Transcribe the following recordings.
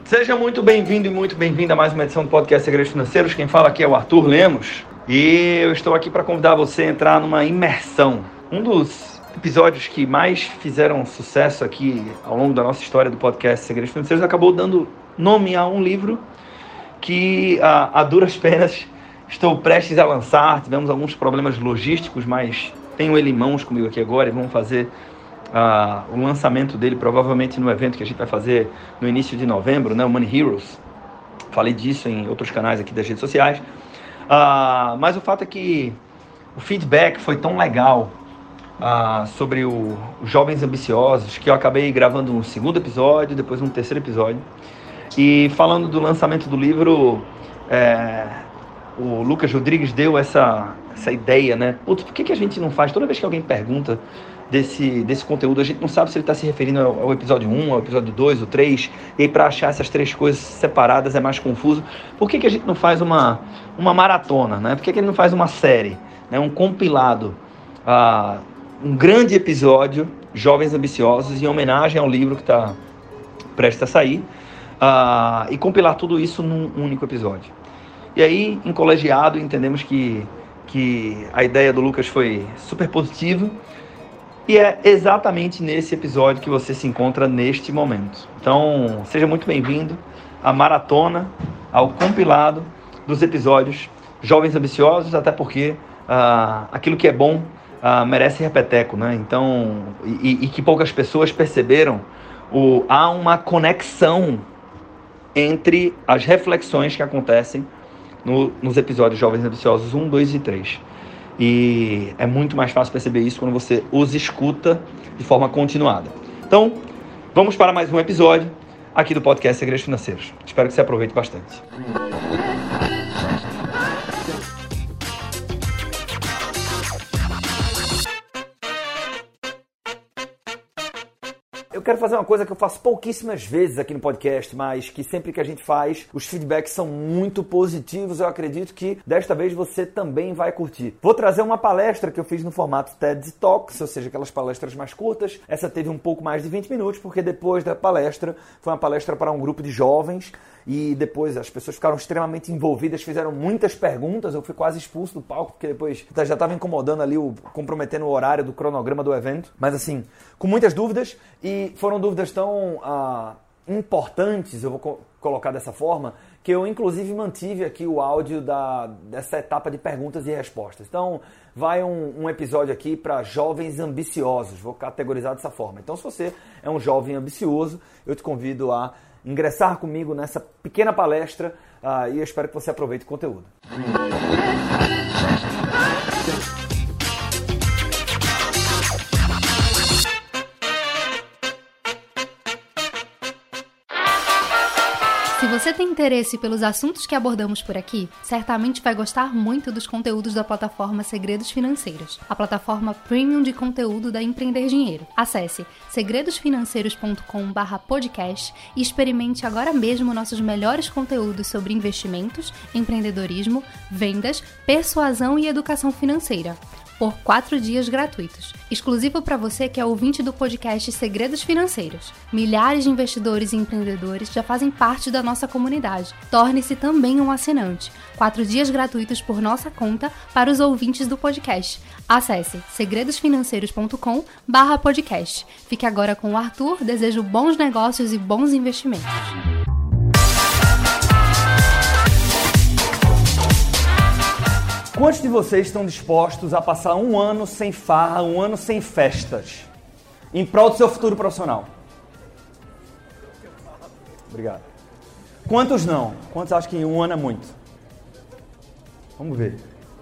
Seja muito bem-vindo e muito bem-vinda a mais uma edição do podcast Segredos Financeiros. Quem fala aqui é o Arthur Lemos e eu estou aqui para convidar você a entrar numa imersão. Um dos episódios que mais fizeram sucesso aqui ao longo da nossa história do podcast Segredos Financeiros acabou dando nome a um livro que a duras penas estou prestes a lançar. Tivemos alguns problemas logísticos, mas tenho ele em mãos comigo aqui agora e vamos fazer o lançamento dele provavelmente no evento que a gente vai fazer no início de novembro, né, o Money Heroes. Falei disso em outros canais aqui das redes sociais. Mas o fato é que o feedback foi tão legal sobre os Jovens Ambiciosos que eu acabei gravando um segundo episódio, depois um terceiro episódio. E falando do lançamento do livro, o Lucas Rodrigues deu essa ideia, né? Putz, por que a gente não faz? Toda vez que alguém pergunta desse conteúdo, a gente não sabe se ele está se referindo ao episódio 1, ao episódio 2, ou 3, e aí para achar essas três coisas separadas é mais confuso. Por que a gente não faz uma maratona, né? Por que a gente não faz uma série, né? Um compilado, um grande episódio, Jovens Ambiciosos, em homenagem ao livro que está prestes a sair, e compilar tudo isso num único episódio. E aí, em colegiado, entendemos que a ideia do Lucas foi super positiva. E é exatamente nesse episódio que você se encontra neste momento. Então, seja muito bem-vindo à maratona, ao compilado dos episódios Jovens Ambiciosos, até porque aquilo que é bom merece repeteco, né? Então, e que poucas pessoas perceberam, há uma conexão entre as reflexões que acontecem nos episódios Jovens Ambiciosos 1, 2 e 3. E é muito mais fácil perceber isso quando você os escuta de forma continuada. Então, vamos para mais um episódio aqui do podcast Segredos Financeiros. Espero que você aproveite bastante. Eu quero fazer uma coisa que eu faço pouquíssimas vezes aqui no podcast, mas que sempre que a gente faz, os feedbacks são muito positivos. Eu acredito que desta vez você também vai curtir. Vou trazer uma palestra que eu fiz no formato TED Talks, ou seja, aquelas palestras mais curtas. Essa teve um pouco mais de 20 minutos, porque depois da palestra, foi uma palestra para um grupo de jovens, e depois as pessoas ficaram extremamente envolvidas, fizeram muitas perguntas. Eu fui quase expulso do palco, porque depois já estava incomodando ali, comprometendo o horário do cronograma do evento. Mas assim, com muitas dúvidas, e foram dúvidas tão importantes, eu vou colocar dessa forma, que eu inclusive mantive aqui o áudio dessa etapa de perguntas e respostas. Então, vai um episódio aqui para jovens ambiciosos, vou categorizar dessa forma. Então, se você é um jovem ambicioso, eu te convido a ingressar comigo nessa pequena palestra e eu espero que você aproveite o conteúdo. Se você tem interesse pelos assuntos que abordamos por aqui, certamente vai gostar muito dos conteúdos da plataforma Segredos Financeiros, a plataforma premium de conteúdo da Empreender Dinheiro. Acesse segredosfinanceiros.com/podcast e experimente agora mesmo nossos melhores conteúdos sobre investimentos, empreendedorismo, vendas, persuasão e educação financeira, por 4 dias gratuitos. Exclusivo para você que é ouvinte do podcast Segredos Financeiros. Milhares de investidores e empreendedores já fazem parte da nossa comunidade. Torne-se também um assinante. 4 dias gratuitos por nossa conta para os ouvintes do podcast. Acesse segredosfinanceiros.com/podcast. Fique agora com o Arthur. Desejo bons negócios e bons investimentos. Quantos de vocês estão dispostos a passar um ano sem farra, um ano sem festas, em prol do seu futuro profissional? Obrigado. Quantos não? Quantos acham que um ano é muito? Vamos ver.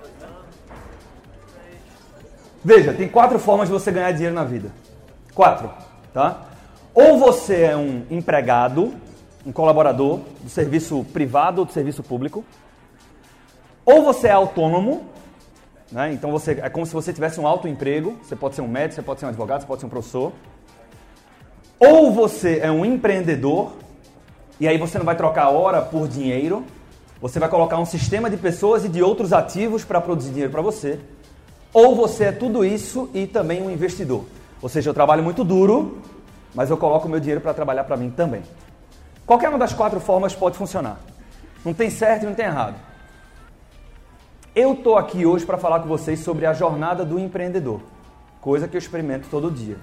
Veja, tem 4 formas de você ganhar dinheiro na vida. 4, tá? Ou você é um empregado, um colaborador do serviço privado ou do serviço público. Ou você é autônomo, né? Então é como se você tivesse um autoemprego. Você pode ser um médico, você pode ser um advogado, você pode ser um professor. Ou você é um empreendedor, e aí você não vai trocar hora por dinheiro. Você vai colocar um sistema de pessoas e de outros ativos para produzir dinheiro para você. Ou você é tudo isso e também um investidor. Ou seja, eu trabalho muito duro, mas eu coloco o meu dinheiro para trabalhar para mim também. Qualquer uma das 4 formas pode funcionar. Não tem certo e não tem errado. Eu estou aqui hoje para falar com vocês sobre a jornada do empreendedor, coisa que eu experimento todo dia.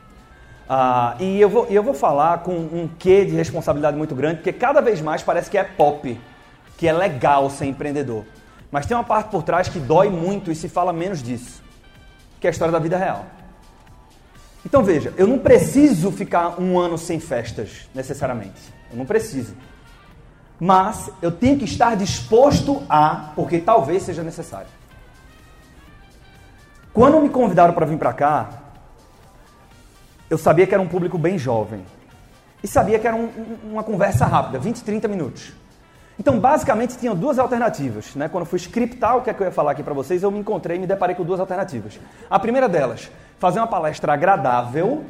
E eu vou falar com um quê de responsabilidade muito grande, porque cada vez mais parece que é pop, que é legal ser empreendedor. Mas tem uma parte por trás que dói muito e se fala menos disso, que é a história da vida real. Então veja, eu não preciso ficar um ano sem festas, necessariamente. Eu não preciso. Mas eu tenho que estar disposto porque talvez seja necessário. Quando me convidaram para vir para cá, eu sabia que era um público bem jovem. E sabia que era uma conversa rápida, 20, 30 minutos. Então, basicamente, tinham 2 alternativas. Né? Quando eu fui scriptar o que é que eu ia falar aqui para vocês, eu me encontrei e me deparei com 2 alternativas. A primeira delas, fazer uma palestra agradável,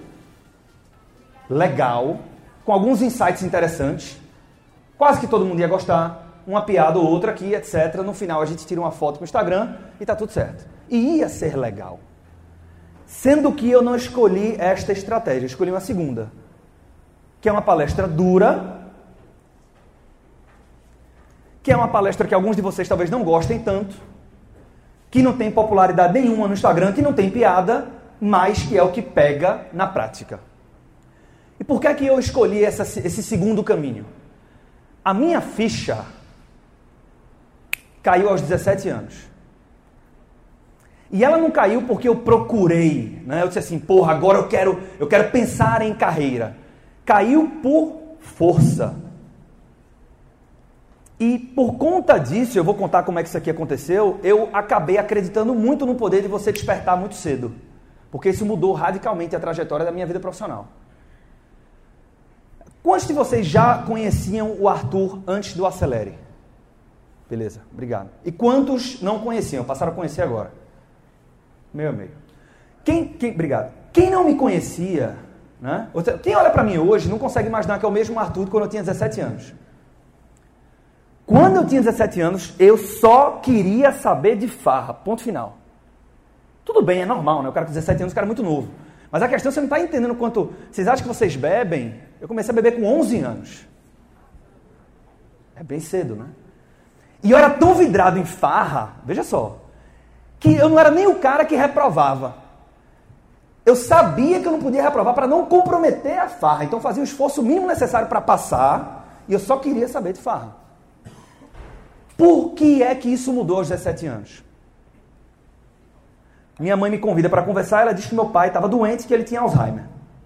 legal, com alguns insights interessantes. Quase que todo mundo ia gostar, uma piada ou outra aqui, etc. No final a gente tira uma foto com o Instagram e tá tudo certo. E ia ser legal. Sendo que eu não escolhi esta estratégia, escolhi uma segunda. Que é uma palestra dura, que é uma palestra que alguns de vocês talvez não gostem tanto, que não tem popularidade nenhuma no Instagram, que não tem piada, mas que é o que pega na prática. E por que é que eu escolhi esse segundo caminho? A minha ficha caiu aos 17 anos. E ela não caiu porque eu procurei, né? Eu disse assim, porra, agora eu quero pensar em carreira. Caiu por força. E por conta disso, eu vou contar como é que isso aqui aconteceu, eu acabei acreditando muito no poder de você despertar muito cedo. Porque isso mudou radicalmente a trajetória da minha vida profissional. Quantos de vocês já conheciam o Arthur antes do Acelere? Beleza, obrigado. E quantos não conheciam? Passaram a conhecer agora? Meio a meio. Obrigado. Quem não me conhecia, né? Quem olha pra mim hoje não consegue imaginar que é o mesmo Arthur de quando eu tinha 17 anos. Quando eu tinha 17 anos, eu só queria saber de farra. Ponto final. Tudo bem, é normal, né? O cara com 17 anos, o cara é muito novo. Mas a questão, você não está entendendo quanto... Vocês acham que vocês bebem? Eu comecei a beber com 11 anos. É bem cedo, né? E eu era tão vidrado em farra, veja só, que eu não era nem o cara que reprovava. Eu sabia que eu não podia reprovar para não comprometer a farra. Então eu fazia o esforço mínimo necessário para passar e eu só queria saber de farra. Por que é que isso mudou aos 17 anos? Minha mãe me convida para conversar, ela disse que meu pai estava doente, que ele tinha Alzheimer.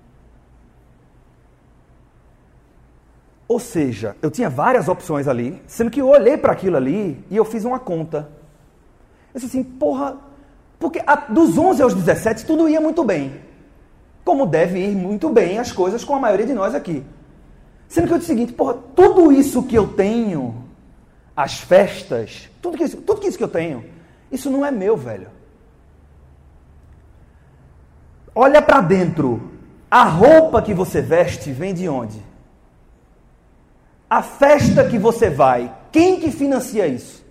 Ou seja, eu tinha várias opções ali, sendo que eu olhei para aquilo ali e eu fiz uma conta. Eu disse assim, porra, porque dos 11 aos 17 tudo ia muito bem. Como deve ir muito bem as coisas com a maioria de nós aqui. Sendo que eu disse o seguinte, porra, tudo isso que eu tenho, as festas, tudo que isso que eu tenho, isso não é meu, velho. Olha para dentro. A roupa que você veste vem de onde? A festa que você vai, quem que financia isso?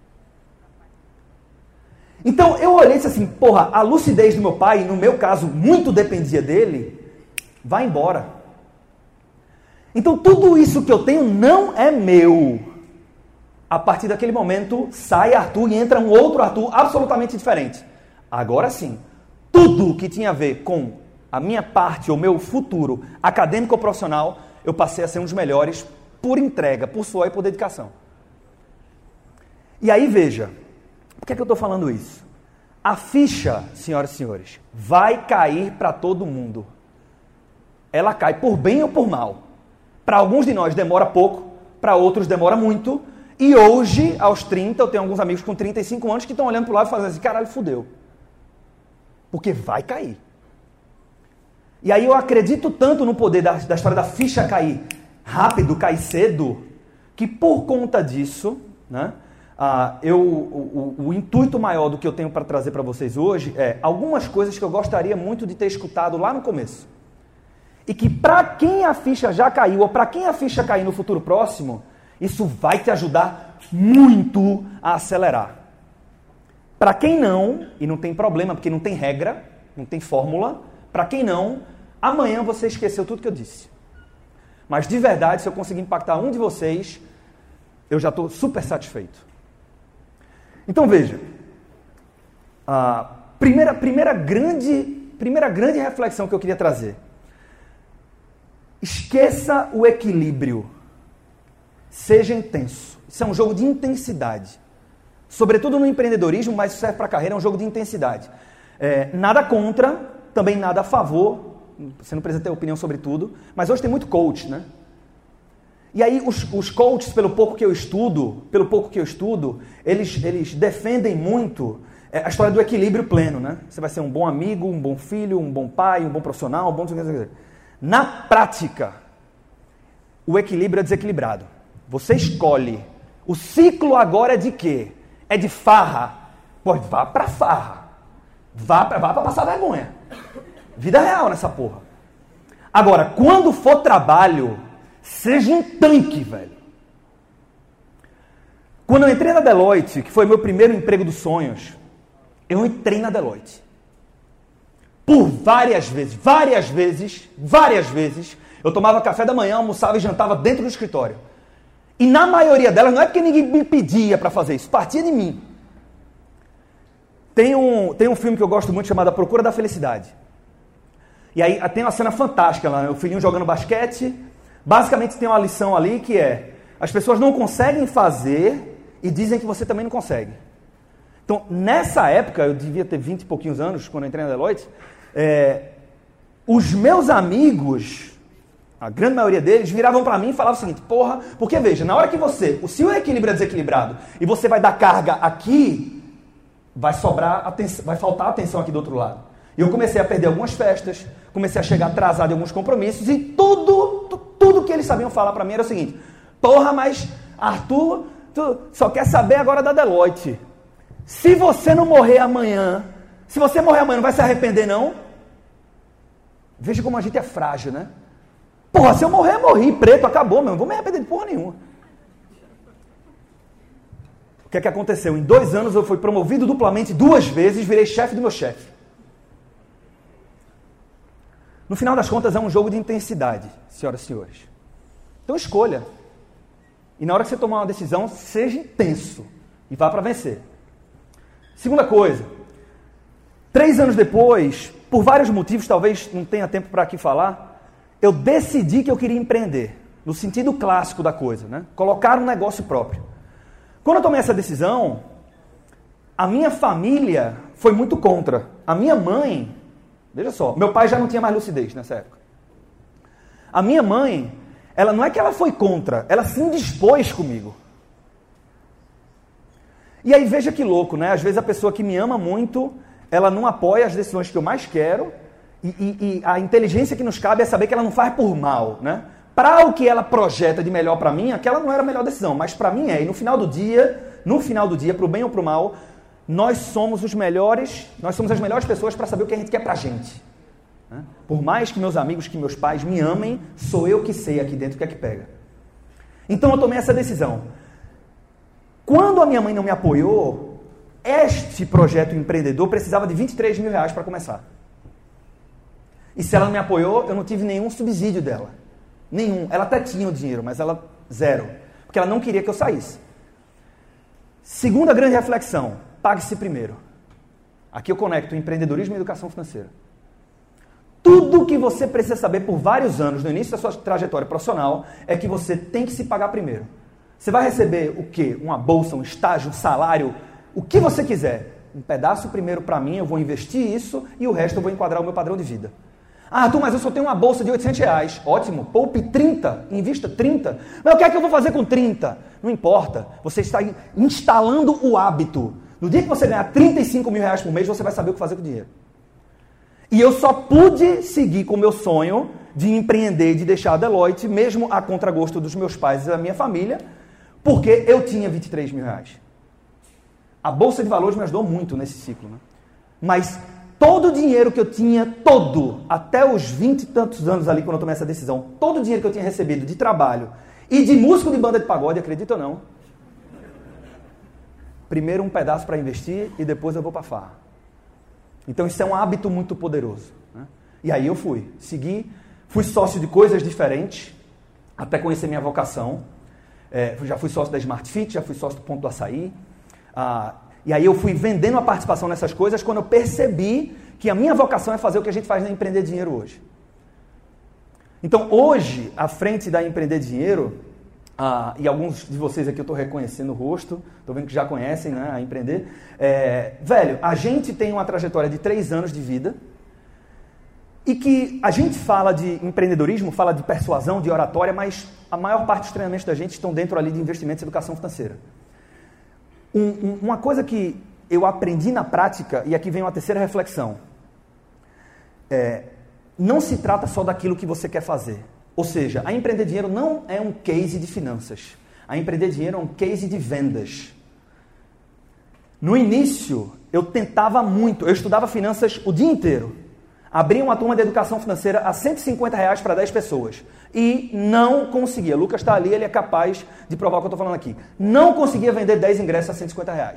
Então eu olhei e disse assim, porra, a lucidez do meu pai, no meu caso, muito dependia dele, vai embora. Então tudo isso que eu tenho não é meu. A partir daquele momento, sai Arthur e entra um outro Arthur absolutamente diferente. Agora sim, tudo que tinha a ver com a minha parte, ou meu futuro acadêmico ou profissional, eu passei a ser um dos melhores por entrega, por suor e por dedicação. E aí veja, por que é que eu estou falando isso? A ficha, senhoras e senhores, vai cair para todo mundo. Ela cai por bem ou por mal. Para alguns de nós demora pouco, para outros demora muito. E hoje, aos 30, eu tenho alguns amigos com 35 anos que estão olhando para o lado e falando assim, caralho, fudeu. Porque vai cair. E aí eu acredito tanto no poder da história da ficha cair rápido, cair cedo, que por conta disso, né, o intuito maior do que eu tenho para trazer para vocês hoje é algumas coisas que eu gostaria muito de ter escutado lá no começo. E que para quem a ficha já caiu, ou para quem a ficha cair no futuro próximo, isso vai te ajudar muito a acelerar. Para quem não, e não tem problema, porque não tem regra, não tem fórmula, para quem não, amanhã você esqueceu tudo que eu disse. Mas de verdade, se eu conseguir impactar um de vocês, eu já estou super satisfeito. Então veja, a primeira grande reflexão que eu queria trazer. Esqueça o equilíbrio. Seja intenso. Isso é um jogo de intensidade. Sobretudo no empreendedorismo, mas isso serve para a carreira, é um jogo de intensidade. Nada contra, também nada a favor. Você não precisa ter opinião sobre tudo. Mas hoje tem muito coach, né? E aí os coaches, pelo pouco que eu estudo, eles defendem muito a história do equilíbrio pleno, né? Você vai ser um bom amigo, um bom filho, um bom pai, um bom profissional, um bom... Na prática, o equilíbrio é desequilibrado. Você escolhe. O ciclo agora é de quê? É de farra. Pô, vá pra farra. Vá pra passar vergonha. Vida real nessa porra. Agora, quando for trabalho, seja um tanque, velho. Quando eu entrei na Deloitte, que foi meu primeiro emprego dos sonhos, eu entrei na Deloitte. Por várias vezes, eu tomava café da manhã, almoçava e jantava dentro do escritório. E na maioria delas, não é porque ninguém me pedia para fazer isso, partia de mim. Tem um filme que eu gosto muito chamado A Procura da Felicidade. E aí tem uma cena fantástica lá, né? O filhinho jogando basquete. Basicamente tem uma lição ali que é: as pessoas não conseguem fazer e dizem que você também não consegue. Então, nessa época, eu devia ter 20 e pouquinhos anos, quando eu entrei na Deloitte, os meus amigos, a grande maioria deles, viravam para mim e falavam o seguinte: porra, porque veja, na hora que se o equilíbrio é desequilibrado e você vai dar carga aqui, vai faltar atenção aqui do outro lado. E eu comecei a perder algumas festas, comecei a chegar atrasado em alguns compromissos e tudo que eles sabiam falar para mim era o seguinte: porra, mas Arthur, tu só quer saber agora da Deloitte. Se você não morrer amanhã, se você morrer amanhã, não vai se arrepender, não? Veja como a gente é frágil, né? Porra, se eu morrer, morri, preto, acabou, meu. Não vou me arrepender de porra nenhuma. O que é que aconteceu? Em 2 anos eu fui promovido duplamente 2 vezes, virei chefe do meu chefe. No final das contas, é um jogo de intensidade, senhoras e senhores. Então escolha. E na hora que você tomar uma decisão, seja intenso e vá para vencer. Segunda coisa, 3 anos depois, por vários motivos, talvez não tenha tempo para aqui falar, eu decidi que eu queria empreender, no sentido clássico da coisa, né? Colocar um negócio próprio. Quando eu tomei essa decisão, a minha família foi muito contra. A minha mãe, veja só, meu pai já não tinha mais lucidez nessa época. A minha mãe, ela não é que ela foi contra, ela se indispôs comigo. E aí veja que louco, né? Às vezes a pessoa que me ama muito, ela não apoia as decisões que eu mais quero, e a inteligência que nos cabe é saber que ela não faz por mal, né? Para o que ela projeta de melhor para mim, aquela não era a melhor decisão, mas para mim é. E no final do dia, pro bem ou pro mal, nós somos as melhores pessoas para saber o que a gente quer pra gente. Né? Por mais que meus amigos, que meus pais me amem, sou eu que sei aqui dentro o que é que pega. Então eu tomei essa decisão. Quando a minha mãe não me apoiou, este projeto empreendedor precisava de R$23 mil para começar. E se ela não me apoiou, eu não tive nenhum subsídio dela. Nenhum. Ela até tinha o dinheiro, mas ela zero. Porque ela não queria que eu saísse. Segunda grande reflexão, pague-se primeiro. Aqui eu conecto empreendedorismo e educação financeira. Tudo que você precisa saber por vários anos no início da sua trajetória profissional é que você tem que se pagar primeiro. Você vai receber o quê? Uma bolsa, um estágio, um salário, o que você quiser. Um pedaço primeiro para mim, eu vou investir isso e o resto eu vou enquadrar o meu padrão de vida. Ah, Arthur, mas eu só tenho uma bolsa de R$800. Ótimo, poupe 30, invista 30. Mas o que é que eu vou fazer com 30? Não importa, você está instalando o hábito. No dia que você ganhar R$35 mil por mês, você vai saber o que fazer com o dinheiro. E eu só pude seguir com o meu sonho de empreender, de deixar a Deloitte, mesmo a contragosto dos meus pais e da minha família, porque eu tinha R$23 mil. A Bolsa de Valores me ajudou muito nesse ciclo, né? Mas todo o dinheiro que eu tinha, até os 20 e tantos anos ali, quando eu tomei essa decisão, todo o dinheiro que eu tinha recebido de trabalho e de músico de banda de pagode, acredita ou não, primeiro um pedaço para investir e depois eu vou para farra. Então isso é um hábito muito poderoso, né? E aí eu fui sócio de coisas diferentes, até conhecer minha vocação. Já fui sócio da Smart Fit, já fui sócio do Ponto do Açaí. E aí eu fui vendendo a participação nessas coisas quando eu percebi que a minha vocação é fazer o que a gente faz na Empreender Dinheiro hoje. Então hoje, à frente da Empreender Dinheiro, e alguns de vocês aqui eu estou reconhecendo o rosto, estou vendo que já conhecem, né, a Empreender. Velho, a gente tem uma trajetória de 3 anos de vida e que a gente fala de empreendedorismo, fala de persuasão, de oratória, mas a maior parte dos treinamentos da gente estão dentro ali de investimentos e educação financeira. Uma coisa que eu aprendi na prática, e aqui vem uma terceira reflexão, não se trata só daquilo que você quer fazer. Ou seja, a Empreender Dinheiro não é um case de finanças. A Empreender Dinheiro é um case de vendas. No início, eu tentava muito, eu estudava finanças o dia inteiro. Abria uma turma de educação financeira a R$150 para 10 pessoas. E não conseguia. Lucas está ali, ele é capaz de provar o que eu estou falando aqui. Não conseguia vender 10 ingressos a R$150.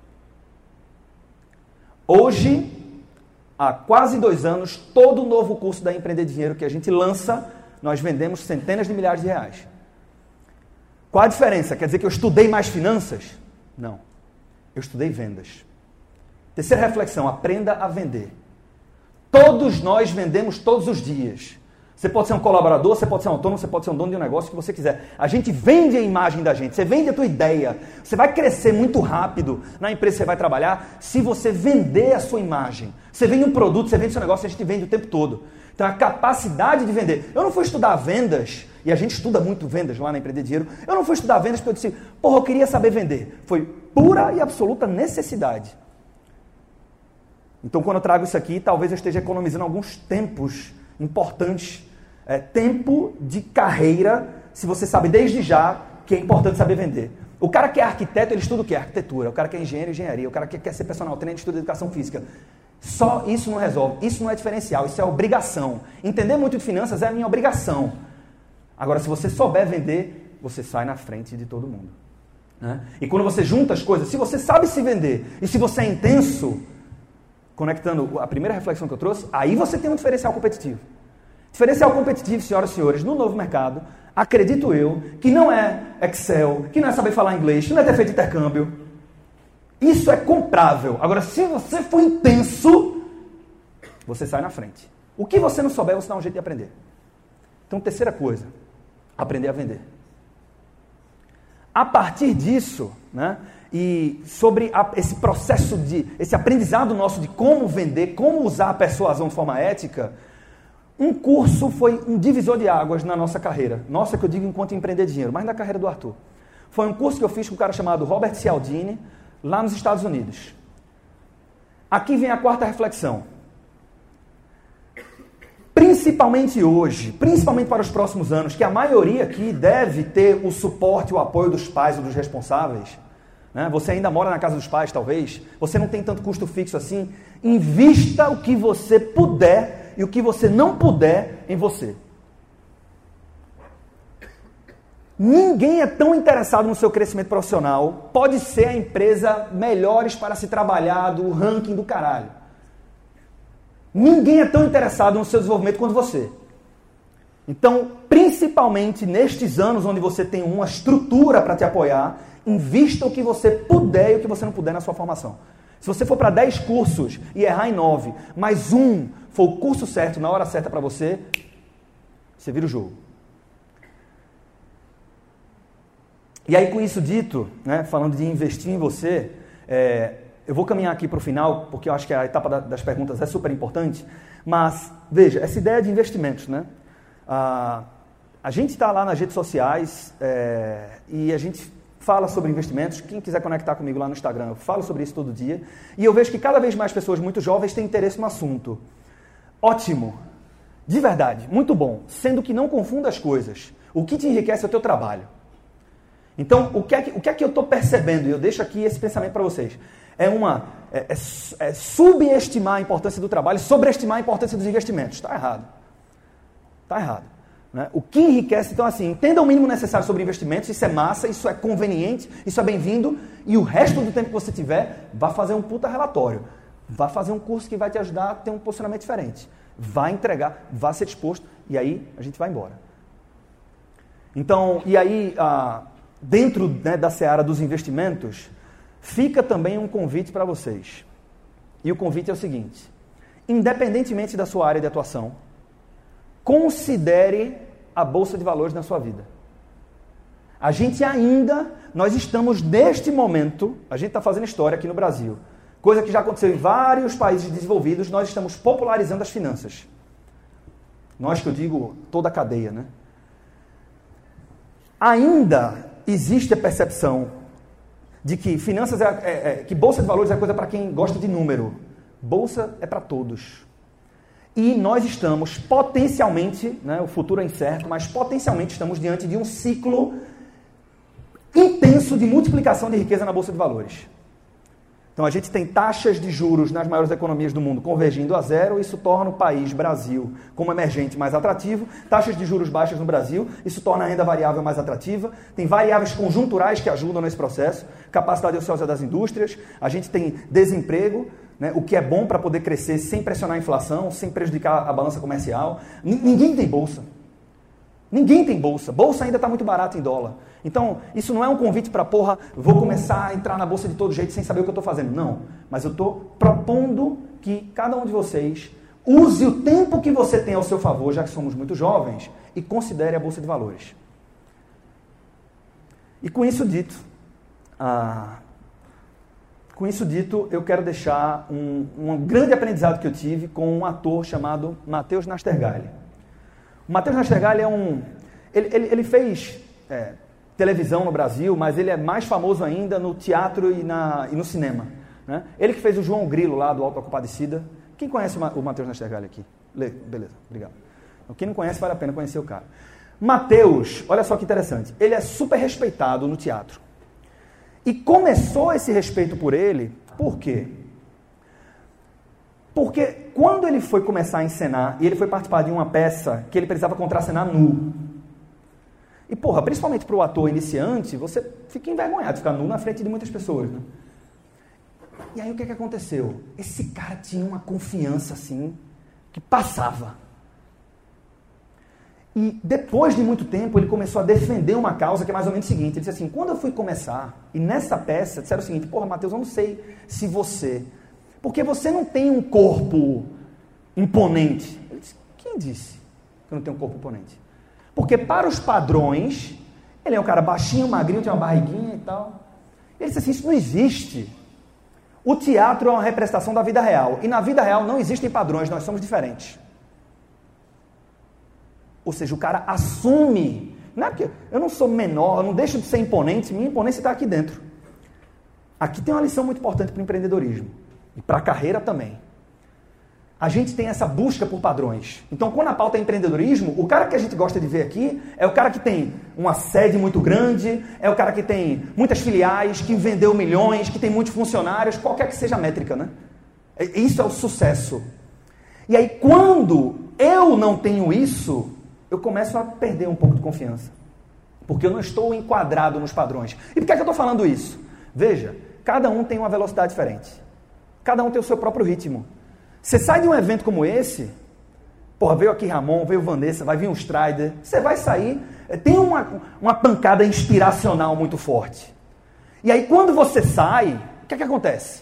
Hoje, há quase 2 anos, todo novo curso da Empreender Dinheiro que a gente lança, nós vendemos centenas de milhares de reais. Qual a diferença? Quer dizer que eu estudei mais finanças? Não. Eu estudei vendas. Terceira reflexão, aprenda a vender. Todos nós vendemos todos os dias. Você pode ser um colaborador, você pode ser um autônomo, você pode ser um dono de um negócio, o que você quiser. A gente vende a imagem da gente, você vende a tua ideia. Você vai crescer muito rápido na empresa que você vai trabalhar se você vender a sua imagem. Você vende um produto, você vende seu negócio, a gente vende o tempo todo. Então a capacidade de vender. Eu não fui estudar vendas, e a gente estuda muito vendas lá na Empreender Dinheiro. Eu não fui estudar vendas porque eu disse, eu queria saber vender. Foi pura e absoluta necessidade. Então, quando eu trago isso aqui, talvez eu esteja economizando alguns tempos importantes. Tempo de carreira, se você sabe desde já que é importante saber vender. O cara que é arquiteto, ele estuda o quê? Arquitetura. O cara que é engenheiro, engenharia. O cara que quer ser personal trainer, estuda educação física. Só isso não resolve. Isso não é diferencial, isso é obrigação. Entender muito de finanças é a minha obrigação. Agora, se você souber vender, você sai na frente de todo mundo. Né? E quando você junta as coisas, se você sabe se vender e se você é intenso, conectando a primeira reflexão que eu trouxe, aí você tem um diferencial competitivo. Diferencial competitivo, senhoras e senhores, no novo mercado, acredito eu, que não é Excel, que não é saber falar inglês, que não é ter feito intercâmbio. Isso é comprável. Agora, se você for intenso, você sai na frente. O que você não souber, você dá um jeito de aprender. Então, terceira coisa, aprender a vender. A partir disso, né, e sobre esse processo esse aprendizado nosso de como vender, como usar a persuasão de forma ética, um curso foi um divisor de águas na nossa carreira. Nossa, que eu digo enquanto Empreender Dinheiro, mas na carreira do Arthur. Foi um curso que eu fiz com um cara chamado Robert Cialdini, lá nos Estados Unidos. Aqui vem a quarta reflexão. Principalmente hoje, principalmente para os próximos anos, que a maioria aqui deve ter o suporte, o apoio dos pais ou dos responsáveis. Né? Você ainda mora na casa dos pais, talvez. Você não tem tanto custo fixo assim. Invista o que você puder e o que você não puder em você. Ninguém é tão interessado no seu crescimento profissional. Pode ser a empresa melhores para se trabalhar do ranking do caralho. Ninguém é tão interessado no seu desenvolvimento quanto você. Então, principalmente nestes anos onde você tem uma estrutura para te apoiar, invista o que você puder e o que você não puder na sua formação. Se você for para 10 cursos e errar em 9, mas um for o curso certo, na hora certa para você, você vira o jogo. E aí, com isso dito, né, falando de investir em você, eu vou caminhar aqui para o final, porque eu acho que a etapa das perguntas é super importante, mas, veja, essa ideia de investimentos, né? A gente está lá nas redes sociais e a gente fala sobre investimentos. Quem quiser conectar comigo lá no Instagram, eu falo sobre isso todo dia. E eu vejo que cada vez mais pessoas muito jovens têm interesse no assunto. Ótimo. De verdade, muito bom. Sendo que não confunda as coisas. O que te enriquece é o teu trabalho. Então, o que é que eu estou percebendo? E eu deixo aqui esse pensamento para vocês. É subestimar a importância do trabalho e sobreestimar a importância dos investimentos. Está errado. Está errado. Né? O que enriquece, então assim, entenda o mínimo necessário sobre investimentos, isso é massa, isso é conveniente, isso é bem-vindo, e o resto do tempo que você tiver, vá fazer um puta relatório, vá fazer um curso que vai te ajudar a ter um posicionamento diferente, vá entregar, vá ser disposto, e aí a gente vai embora. Então, e aí, dentro, né, da seara dos investimentos, fica também um convite para vocês. E o convite é o seguinte: independentemente da sua área de atuação, considere a Bolsa de Valores na sua vida. Nós estamos neste momento, a gente está fazendo história aqui no Brasil, coisa que já aconteceu em vários países desenvolvidos, nós estamos popularizando as finanças. Nós, que eu digo, toda a cadeia, né? Ainda existe a percepção de que finanças que Bolsa de Valores é coisa para quem gosta de número. Bolsa é para todos. E nós estamos potencialmente, né, o futuro é incerto, mas potencialmente estamos diante de um ciclo intenso de multiplicação de riqueza na Bolsa de Valores. Então a gente tem taxas de juros nas maiores economias do mundo convergindo a zero, isso torna o país, Brasil, como emergente mais atrativo. Taxas de juros baixas no Brasil, isso torna a renda variável mais atrativa. Tem variáveis conjunturais que ajudam nesse processo. Capacidade ociosa das indústrias, a gente tem desemprego, né, o que é bom para poder crescer sem pressionar a inflação, sem prejudicar a balança comercial. Ninguém tem bolsa. Ninguém tem bolsa. Bolsa ainda está muito barato em dólar. Então, isso não é um convite para, vou começar a entrar na bolsa de todo jeito sem saber o que eu estou fazendo. Não. Mas eu estou propondo que cada um de vocês use o tempo que você tem ao seu favor, já que somos muito jovens, e considere a Bolsa de Valores. E com isso dito, eu quero deixar um grande aprendizado que eu tive com um ator chamado Matheus Nastergalli. O Matheus Nastergalli ele fez televisão no Brasil, mas ele é mais famoso ainda no teatro e no cinema. Né? Ele que fez o João Grilo lá do Auto da Compadecida. Quem conhece o Matheus Nastergalli aqui? Beleza, obrigado. Quem não conhece, vale a pena conhecer o cara. Matheus, olha só que interessante, ele é super respeitado no teatro. E começou esse respeito por ele, por quê? Porque quando ele foi começar a encenar, e ele foi participar de uma peça que ele precisava contracenar nu. E, principalmente para o ator iniciante, você fica envergonhado de ficar nu na frente de muitas pessoas, né? E aí o que aconteceu? Esse cara tinha uma confiança, assim, que passava. E depois de muito tempo, ele começou a defender uma causa que é mais ou menos o seguinte. Ele disse assim, quando eu fui começar, e nessa peça, disseram o seguinte, Matheus, eu não sei se você... Porque você não tem um corpo imponente. Ele disse, quem disse que eu não tenho um corpo imponente? Porque para os padrões, ele é um cara baixinho, magrinho, tem uma barriguinha e tal. Ele disse assim, isso não existe. O teatro é uma representação da vida real. E na vida real não existem padrões, nós somos diferentes. Ou seja, o cara assume. Não é porque eu não sou menor, eu não deixo de ser imponente, minha imponência está aqui dentro. Aqui tem uma lição muito importante para o empreendedorismo. E para a carreira também. A gente tem essa busca por padrões. Então, quando a pauta é empreendedorismo, o cara que a gente gosta de ver aqui é o cara que tem uma sede muito grande, é o cara que tem muitas filiais, que vendeu milhões, que tem muitos funcionários, qualquer que seja a métrica, né? Isso é o sucesso. E aí, quando eu não tenho isso, eu começo a perder um pouco de confiança. Porque eu não estou enquadrado nos padrões. E por que é que eu estou falando isso? Veja, cada um tem uma velocidade diferente. Cada um tem o seu próprio ritmo. Você sai de um evento como esse, veio aqui Ramon, veio Vanessa, vai vir um Strider, você vai sair, tem uma pancada inspiracional muito forte. E aí quando você sai, o que é que acontece?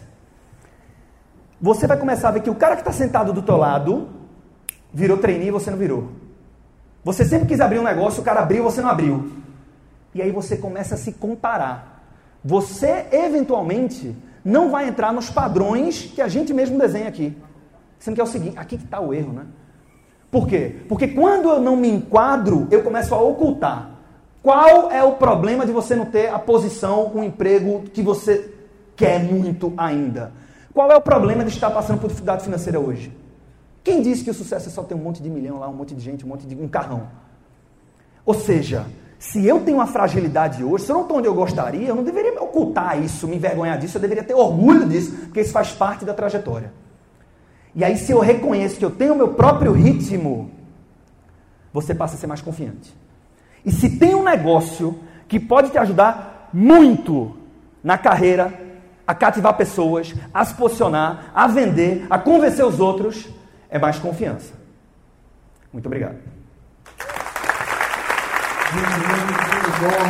Você vai começar a ver que o cara que está sentado do teu lado virou trainee e você não virou. Você sempre quis abrir um negócio, o cara abriu e você não abriu. E aí você começa a se comparar. Você, eventualmente, não vai entrar nos padrões que a gente mesmo desenha aqui. Sendo que é o seguinte, aqui que está o erro, né? Por quê? Porque quando eu não me enquadro, eu começo a ocultar. Qual é o problema de você não ter a posição, o emprego que você quer muito ainda? Qual é o problema de estar passando por dificuldade financeira hoje? Quem disse que o sucesso é só ter um monte de milhão lá, um monte de gente, um carrão? Ou seja, se eu tenho uma fragilidade hoje, se eu não estou onde eu gostaria, eu não deveria me ocultar isso, me envergonhar disso, eu deveria ter orgulho disso, porque isso faz parte da trajetória. E aí, se eu reconheço que eu tenho o meu próprio ritmo, você passa a ser mais confiante. E se tem um negócio que pode te ajudar muito na carreira, a cativar pessoas, a se posicionar, a vender, a convencer os outros, é mais confiança. Muito obrigado. Muito bom.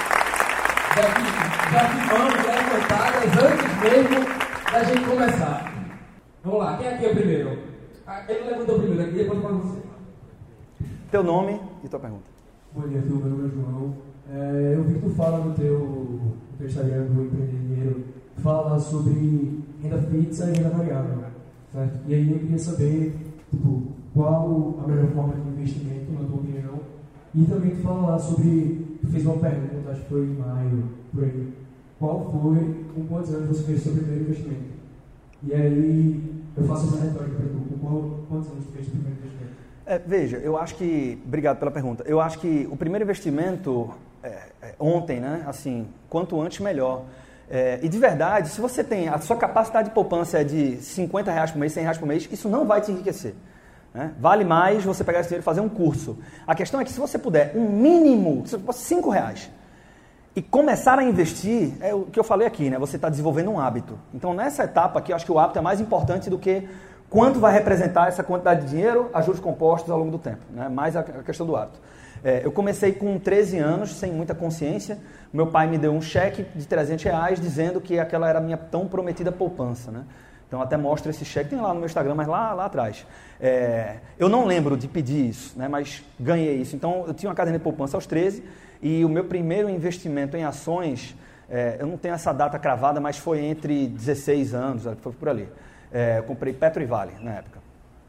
Já que vamos levantadas antes mesmo da gente começar. Vamos lá, quem aqui é o primeiro? Ele levantou primeiro aqui, depois para você. Teu nome e tua pergunta. Bom dia, meu nome é João. Eu vi que tu fala no teu Instagram do Empreender Dinheiro, fala sobre renda fixa e renda variável, certo? E aí eu queria saber, tipo, qual a melhor forma de investimento, na tua opinião, e também tu fala lá sobre, tu fez uma pergunta, acho que foi em maio, por aí, qual foi, com quantos anos você fez o seu primeiro investimento? E aí eu faço essa retórica para tu, com quantos anos você fez o primeiro investimento? Veja, eu acho que, obrigado pela pergunta, eu acho que o primeiro investimento, ontem, né, assim, quanto antes melhor. E de verdade, se você tem, a sua capacidade de poupança é de R$50 por mês, R$100 por mês, isso não vai te enriquecer. Né? Vale mais você pegar esse dinheiro e fazer um curso. A questão é que se você puder, um mínimo, R$5, e começar a investir, é o que eu falei aqui, né? Você está desenvolvendo um hábito. Então, nessa etapa aqui, eu acho que o hábito é mais importante do que quanto vai representar essa quantidade de dinheiro a juros compostos ao longo do tempo. Né? Mais a questão do hábito. Eu comecei com 13 anos, sem muita consciência. Meu pai me deu um cheque de R$300 dizendo que aquela era a minha tão prometida poupança. Né? Então, até mostro esse cheque, tem lá no meu Instagram, mas lá atrás. Eu não lembro de pedir isso, né? Mas ganhei isso. Então, eu tinha uma caderneta de poupança aos 13 e o meu primeiro investimento em ações, eu não tenho essa data cravada, mas foi entre 16 anos, foi por ali. Eu comprei Petro e Vale na época.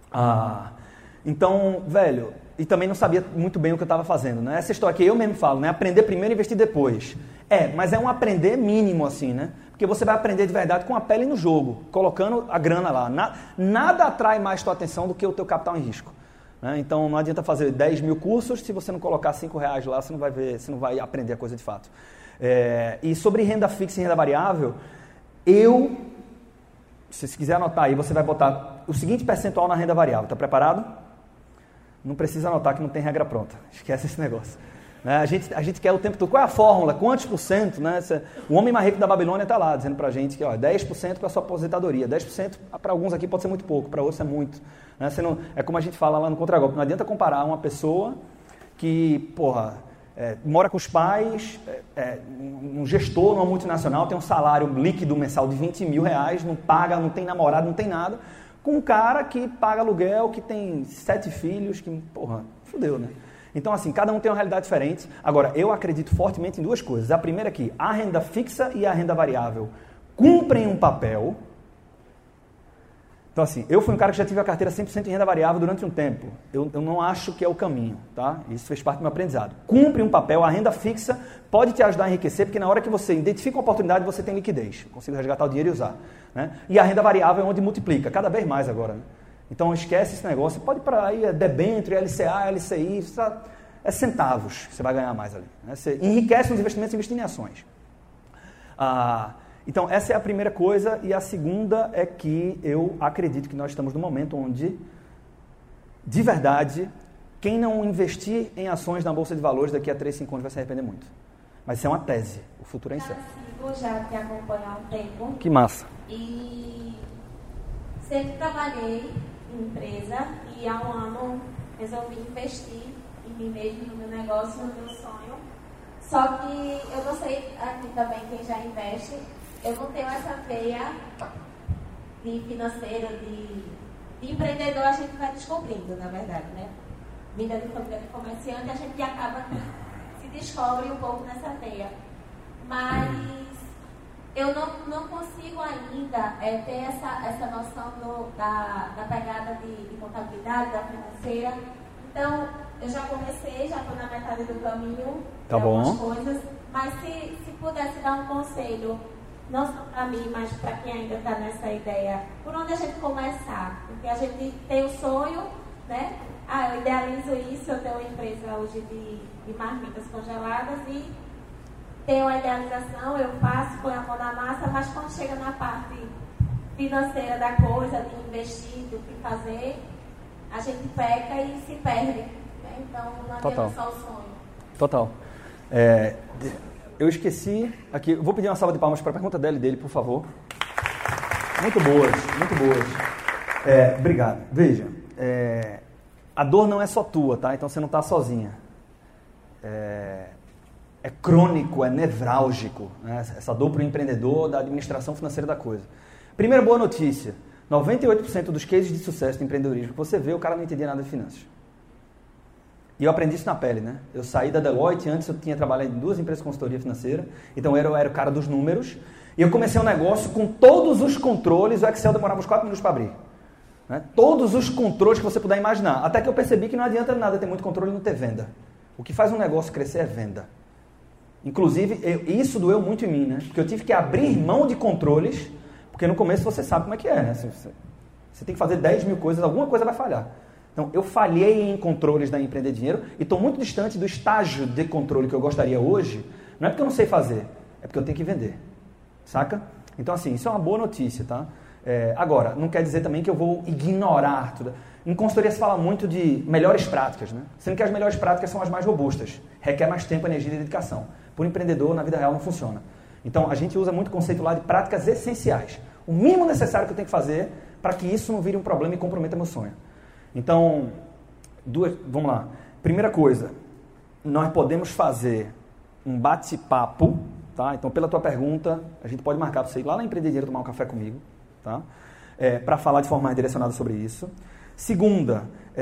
Então, velho, e também não sabia muito bem o que eu estava fazendo. Né? Essa história que eu mesmo falo, né? Aprender primeiro e investir depois. Mas é um aprender mínimo assim, né? Porque você vai aprender de verdade com a pele no jogo, colocando a grana lá. Nada atrai mais tua atenção do que o teu capital em risco. Né? Então, não adianta fazer 10 mil cursos, se você não colocar R$5 lá, você não vai aprender a coisa de fato. E sobre renda fixa e renda variável, se você quiser anotar aí, você vai botar o seguinte percentual na renda variável. Está preparado? Não precisa anotar que não tem regra pronta. Esquece esse negócio. Né? A gente quer o tempo todo. Qual é a fórmula? Quantos por cento? Né? O homem mais rico da Babilônia está lá, dizendo para a gente que 10% para a sua aposentadoria. 10% para alguns aqui pode ser muito pouco, para outros é muito. Né? É como a gente fala lá no Contragolpe. Não adianta comparar uma pessoa que, mora com os pais, um gestor numa multinacional, tem um salário líquido mensal de R$20 mil, não paga, não tem namorado, não tem nada, com um cara que paga aluguel, que tem 7 filhos, que, fudeu, né? Então, assim, cada um tem uma realidade diferente. Agora, eu acredito fortemente em duas coisas. A primeira é que a renda fixa e a renda variável cumprem um papel. Então, assim, eu fui um cara que já tive a carteira 100% em renda variável durante um tempo. Eu não acho que é o caminho, tá? Isso fez parte do meu aprendizado. Cumpre um papel, a renda fixa pode te ajudar a enriquecer, porque na hora que você identifica uma oportunidade, você tem liquidez. Eu consigo resgatar o dinheiro e usar. Né? E a renda variável é onde multiplica, cada vez mais agora. Né? Então, esquece esse negócio. Pode ir para aí, debênture, LCA, LCI, é centavos que você vai ganhar mais ali. Né? Você enriquece nos investimentos investindo em ações. Então, essa é a primeira coisa. E a segunda é que eu acredito que nós estamos num momento onde, de verdade, quem não investir em ações na Bolsa de Valores daqui a 3, 5 anos vai se arrepender muito. Mas isso é uma tese. O futuro é incerto. Eu já te acompanho há um tempo. Que massa. E sempre trabalhei em empresa e há um ano resolvi investir em mim mesmo, no meu negócio, no meu sonho. Só que eu não sei, aqui também quem já investe, eu não tenho essa veia de financeiro, de empreendedor, a gente vai descobrindo, na verdade, né? Vinda de família de comerciante, a gente acaba que se descobre um pouco nessa veia. Mas eu não consigo ainda ter essa noção da pegada de contabilidade, da financeira. Então, eu já comecei, já estou na metade do caminho, tá bom. Algumas coisas, mas se pudesse dar um conselho, não só para mim, mas para quem ainda está nessa ideia, por onde a gente começar? Porque a gente tem o sonho, né? Eu idealizo isso, eu tenho uma empresa hoje de marmitas congeladas e tenho a idealização, eu faço, ponho a mão na massa, mas quando chega na parte financeira da coisa, de investir, do que fazer, a gente peca e se perde. Né? Então, não adianta só o sonho. Total. Eu esqueci aqui, vou pedir uma salva de palmas para a pergunta dele, por favor. Muito boas, muito boas. Obrigado. Veja, a dor não é só tua, tá? Então você não está sozinha. é crônico, é nevrálgico, né? Essa dor para o empreendedor da administração financeira da coisa. Primeira boa notícia, 98% dos cases de sucesso do empreendedorismo que você vê, o cara não entendia nada de finanças. E eu aprendi isso na pele, né? Eu saí da Deloitte, antes eu tinha trabalhado em 2 empresas de consultoria financeira, então eu era o cara dos números, e eu comecei um negócio com todos os controles, o Excel demorava uns 4 minutos para abrir. Né? Todos os controles que você puder imaginar. Até que eu percebi que não adianta nada ter muito controle e não ter venda. O que faz um negócio crescer é venda. Inclusive, isso doeu muito em mim, né? Porque eu tive que abrir mão de controles, porque no começo você sabe como é que é, né? Você tem que fazer 10 mil coisas, alguma coisa vai falhar. Então, eu falhei em controles da Empreender Dinheiro e estou muito distante do estágio de controle que eu gostaria hoje. Não é porque eu não sei fazer, é porque eu tenho que vender. Saca? Então, assim, isso é uma boa notícia, tá? Agora, não quer dizer também que eu vou ignorar tudo. Em consultoria se fala muito de melhores práticas, né? Sendo que as melhores práticas são as mais robustas. Requer mais tempo, energia e dedicação. Por empreendedor, na vida real, não funciona. Então, a gente usa muito o conceito lá de práticas essenciais. O mínimo necessário que eu tenho que fazer para que isso não vire um problema e comprometa meu sonho. Então, vamos lá. Primeira coisa, nós podemos fazer um bate-papo, tá? Então, pela tua pergunta, a gente pode marcar para você ir lá na Empreender Dinheiro tomar um café comigo, tá? Para falar de forma mais direcionada sobre isso. Segunda,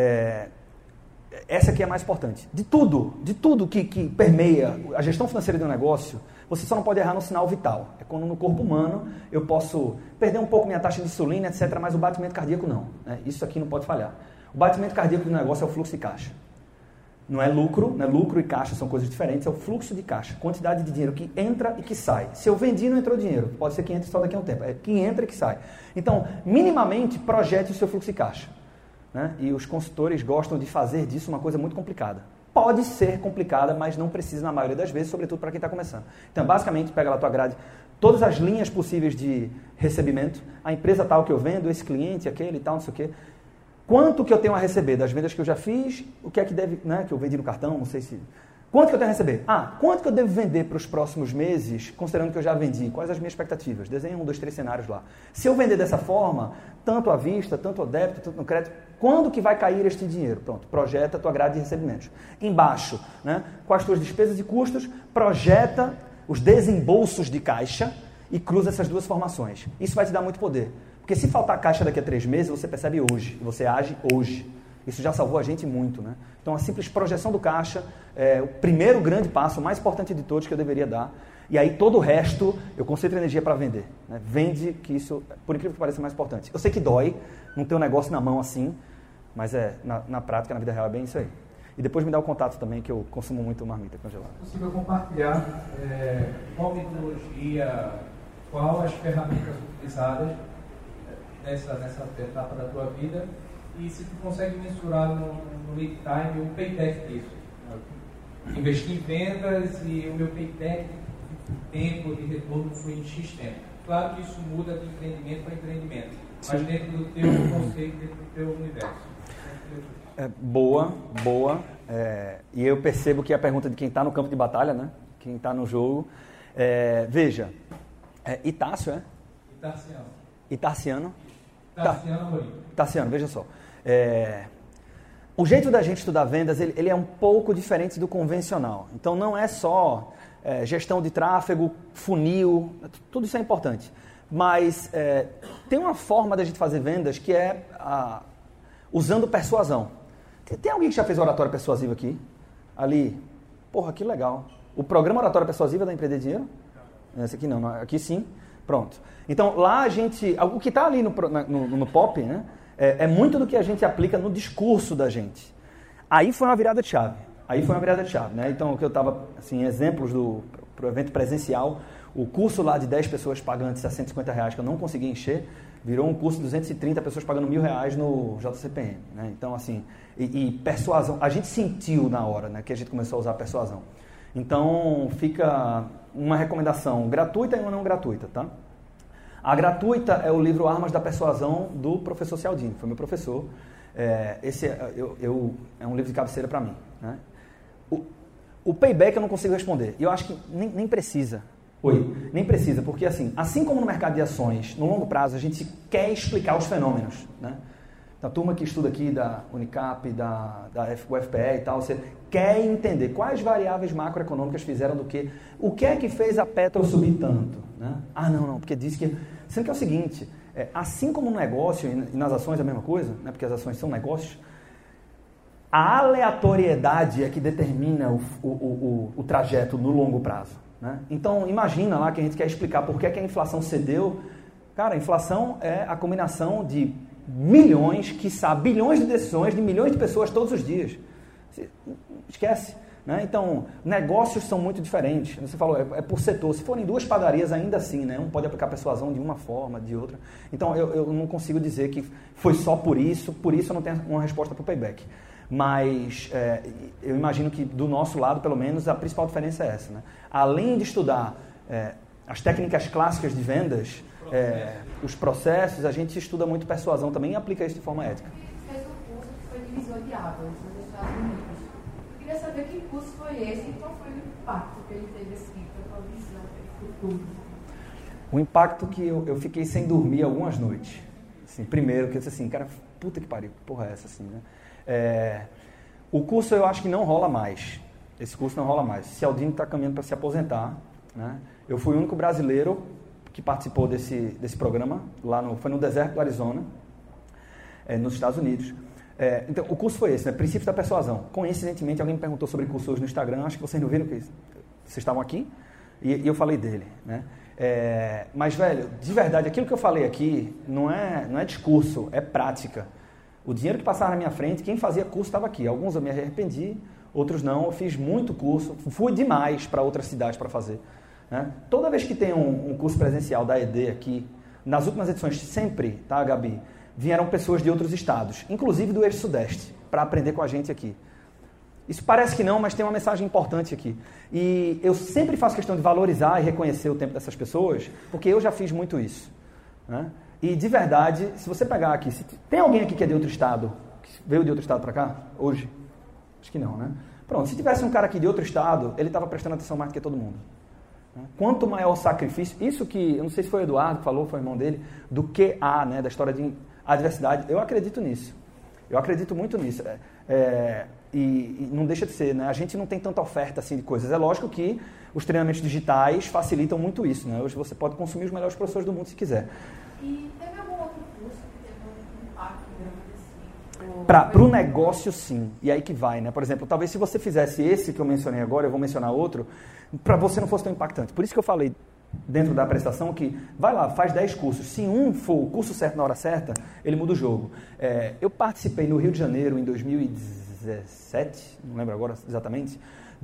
essa aqui é a mais importante. De tudo que permeia a gestão financeira de um negócio, você só não pode errar no sinal vital. É quando no corpo humano eu posso perder um pouco minha taxa de insulina, etc., mas o batimento cardíaco não. Né? Isso aqui não pode falhar. O batimento cardíaco do negócio é o fluxo de caixa. Não é lucro, né? Lucro e caixa são coisas diferentes, é o fluxo de caixa, quantidade de dinheiro que entra e que sai. Se eu vendi, não entrou dinheiro, pode ser que entre só daqui a um tempo, é que entra e que sai. Então, minimamente, projete o seu fluxo de caixa. Né? E os consultores gostam de fazer disso uma coisa muito complicada. Pode ser complicada, mas não precisa na maioria das vezes, sobretudo para quem está começando. Então, basicamente, pega lá a tua grade, todas as linhas possíveis de recebimento, a empresa tal que eu vendo, esse cliente, aquele e tal, não sei o quê. Quanto que eu tenho a receber das vendas que eu já fiz, o que é que deve, né, que eu vendi no cartão, não sei se... Quanto que eu tenho a receber? Quanto que eu devo vender para os próximos meses, considerando que eu já vendi? Quais as minhas expectativas? Desenha 1, 2, 3 cenários lá. Se eu vender dessa forma, tanto à vista, tanto ao débito, tanto no crédito, quando que vai cair este dinheiro? Pronto, projeta a tua grade de recebimentos. Embaixo, né, quais as tuas despesas e custos, projeta os desembolsos de caixa e cruza essas duas formações. Isso vai te dar muito poder. Porque se faltar caixa daqui a 3 meses, você percebe hoje, você age hoje. Isso já salvou a gente muito, né? Então, a simples projeção do caixa é o primeiro grande passo, o mais importante de todos que eu deveria dar. E aí, todo o resto, eu concentro energia para vender. Né? Vende, que isso, por incrível que pareça, é mais importante. Eu sei que dói não ter um negócio na mão assim, mas na prática, na vida real, é bem isso aí. E depois me dá o contato também, que eu consumo muito marmita congelada. É possível compartilhar qual metodologia, qual as ferramentas utilizadas nessa etapa da tua vida, e se tu consegue mensurar no lead time o payback disso. Investi em vendas e o meu payback, o tempo de retorno foi em X tempo. Claro que isso muda de empreendimento para empreendimento, mas dentro do teu conceito, dentro do teu universo. Boa. E eu percebo que é a pergunta de quem está no campo de batalha, né? Quem está no jogo. Veja, Itácio, Itarciano, veja só. O jeito da gente estudar vendas, ele é um pouco diferente do convencional. Então, não é só gestão de tráfego, funil, tudo isso é importante. Mas tem uma forma da gente fazer vendas que é usando persuasão. Tem alguém que já fez oratória persuasiva aqui? Ali? Porra, que legal. O programa Oratória Persuasiva da Empreender Dinheiro? Esse aqui não, aqui sim. Pronto. Então, lá a gente... O que está ali no POP, né? É muito do que a gente aplica no discurso da gente. Aí foi uma virada de chave. Né? Então, o que eu estava, assim, exemplos pro evento presencial, o curso lá de 10 pessoas pagando R$650, que eu não consegui encher, virou um curso de 230 pessoas pagando R$1.000 no JCPM. Né? Então, assim, e persuasão, a gente sentiu na hora, né, que a gente começou a usar persuasão. Então, fica uma recomendação gratuita e uma não gratuita, tá? A gratuita é o livro Armas da Persuasão, do professor Cialdini, foi meu professor. Esse é um livro de cabeceira para mim. Né? O payback eu não consigo responder, e eu acho que nem precisa. Nem precisa, porque assim como no mercado de ações, no longo prazo, a gente quer explicar os fenômenos. Né? da turma que estuda aqui, da Unicap, da UFPE e tal, você quer entender quais variáveis macroeconômicas fizeram do quê, o que é que fez a Petro subir tanto, né? Ah, não, porque disse que... Sendo que é o seguinte, assim como no negócio e nas ações é a mesma coisa, né, porque as ações são negócios, a aleatoriedade é que determina o trajeto no longo prazo, né? Então, imagina lá que a gente quer explicar por que a inflação cedeu. Cara, a inflação é a combinação de milhões, quiçá bilhões de decisões de milhões de pessoas todos os dias. Você esquece, né? Então, negócios são muito diferentes. Você falou, é por setor. Se forem duas padarias, ainda assim, né? Um pode aplicar persuasão de uma forma, de outra. Então, eu não consigo dizer que foi só por isso eu não tenho uma resposta para o payback. Mas eu imagino que do nosso lado, pelo menos, a principal diferença é essa, né? Além de estudar as técnicas clássicas de vendas, os processos, a gente estuda muito persuasão também e aplica isso de forma ética. Você fez um curso que foi divisor de águas nos Estados Unidos. Eu queria saber que curso foi esse e qual foi o impacto que ele teve assim, para a visão, para o futuro. O impacto que eu fiquei sem dormir algumas noites. Assim, primeiro, que eu disse assim, cara, puta que pariu, que porra é essa assim, né? O curso eu acho que não rola mais. Esse curso não rola mais. Cialdini está caminhando para se aposentar, né? Eu fui o único brasileiro que participou desse programa, foi no deserto do Arizona, nos Estados Unidos. Então, o curso foi esse, né? Princípios da Persuasão. Coincidentemente, alguém me perguntou sobre curso hoje no Instagram, acho que vocês não viram que vocês estavam aqui, e eu falei dele, né? Mas, velho, de verdade, aquilo que eu falei aqui não é discurso, é prática. O dinheiro que passava na minha frente, quem fazia curso estava aqui. Alguns eu me arrependi, outros não. Eu fiz muito curso, fui demais para outras cidades para fazer, né? Toda vez que tem um curso presencial da ED aqui, nas últimas edições sempre, tá, Gabi, vieram pessoas de outros estados, inclusive do Eixo Sudeste, para aprender com a gente aqui. Isso parece que não, mas tem uma mensagem importante aqui. E eu sempre faço questão de valorizar e reconhecer o tempo dessas pessoas, porque eu já fiz muito isso, né? E de verdade, se você pegar aqui, tem alguém aqui que é de outro estado, que veio de outro estado para cá, hoje? Acho que não, né? Pronto, se tivesse um cara aqui de outro estado, ele estava prestando atenção mais do que todo mundo. Quanto maior o sacrifício, isso que, eu não sei se foi o Eduardo que falou, foi o irmão dele, do QA, né, da história de adversidade, eu acredito nisso. Eu acredito muito nisso. E não deixa de ser, né? A gente não tem tanta oferta assim de coisas. É lógico que os treinamentos digitais facilitam muito isso, né? Hoje você pode consumir os melhores professores do mundo se quiser. E teve algum outro curso que teve um impacto grande assim? Para o negócio, sim. E aí que vai, né? Por exemplo, talvez se você fizesse esse que eu mencionei agora, eu vou mencionar outro, para você não fosse tão impactante. Por isso que eu falei dentro da prestação que vai lá, faz 10 cursos. Se um for o curso certo na hora certa, ele muda o jogo. Eu participei no Rio de Janeiro em 2017, não lembro agora exatamente,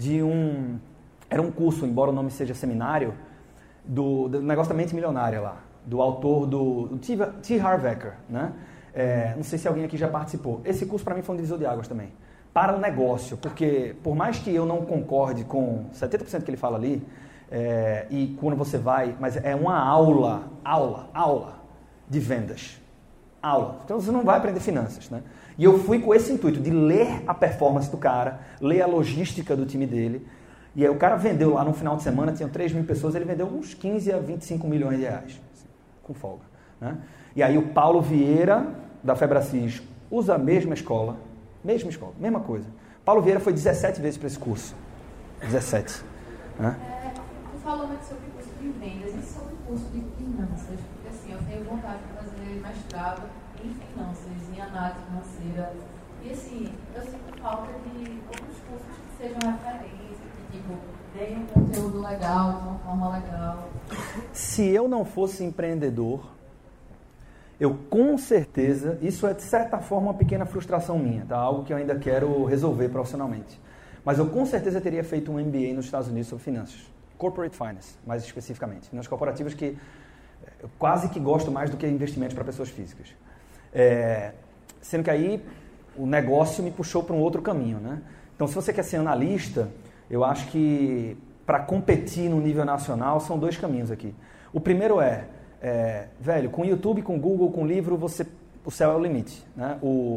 era um curso, embora o nome seja seminário, do negócio da mente milionária lá, do autor do T. Harv Eker, né? Não sei se alguém aqui já participou. Esse curso para mim foi um divisor de águas também. Para o negócio, porque por mais que eu não concorde com 70% que ele fala ali, e quando você vai, mas é uma aula de vendas. Aula. Então você não vai aprender finanças, né? E eu fui com esse intuito de ler a performance do cara, ler a logística do time dele. E aí o cara vendeu lá no final de semana, tinham 3 mil pessoas, ele vendeu uns 15 a 25 milhões de reais, assim, com folga, né? E aí o Paulo Vieira, da Febracis, usa a mesma escola, mesma coisa. Paulo Vieira foi 17 vezes para esse curso. 17. Né? Tu falou muito sobre o curso de vendas e sobre o curso de finanças, porque assim, eu tenho vontade de fazer mestrado em finanças, em análise financeira. E assim, eu sinto falta de outros cursos que sejam referência, que tipo, deem um conteúdo legal, de uma forma legal. Se eu não fosse empreendedor, eu com certeza, isso é de certa forma uma pequena frustração minha, tá? Algo que eu ainda quero resolver profissionalmente. Mas eu com certeza teria feito um MBA nos Estados Unidos sobre finanças. Corporate Finance, mais especificamente. Nas corporativas que eu quase que gosto mais do que investimentos para pessoas físicas. Sendo que aí o negócio me puxou para um outro caminho, né? Então, se você quer ser analista, eu acho que para competir no nível nacional são 2 caminhos aqui. O primeiro velho, com YouTube, com Google, com livro, o céu é o limite, né?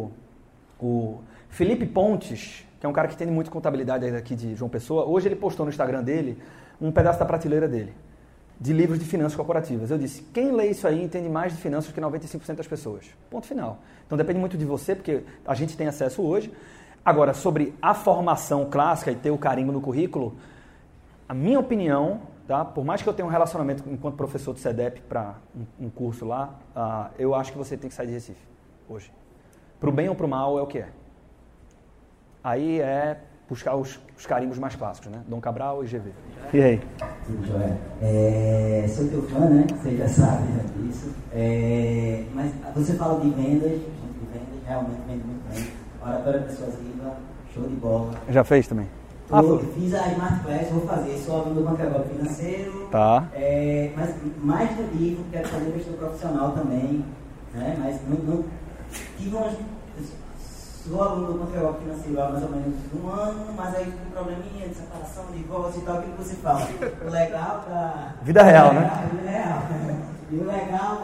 O Felipe Pontes, que é um cara que entende muito contabilidade aqui de João Pessoa, hoje ele postou no Instagram dele um pedaço da prateleira dele. de livros de finanças corporativas. Eu disse, quem lê isso aí entende mais de finanças que 95% das pessoas. Ponto final. Então depende muito de você, porque a gente tem acesso hoje. Agora, sobre a formação clássica e ter o carimbo no currículo, a minha opinião, tá? Por mais que eu tenha um relacionamento enquanto professor do CEDEP para um curso lá, eu acho que você tem que sair de Recife hoje. Pro bem ou pro mal é o que é. Aí é buscar os carimbos mais clássicos, né? Dom Cabral e GV. E aí? Sim, Joel. Sou teu fã, né? Você já sabe disso. Mas você fala de vendas, realmente vende muito bem. Oratória persuasiva, show de bola. Já fez também? Fiz a Smart Class, vou fazer, sou aluno do Banco Financeiro. Tá. Mas mais do livro, quero fazer gestão profissional também. Né? Mas não tive umas. Sou aluno do Banco Financeiro há mais ou menos um ano, mas aí com probleminha de separação, de divórcio e tal, o que você fala? O legal da... Vida real, né? Vida real. E o legal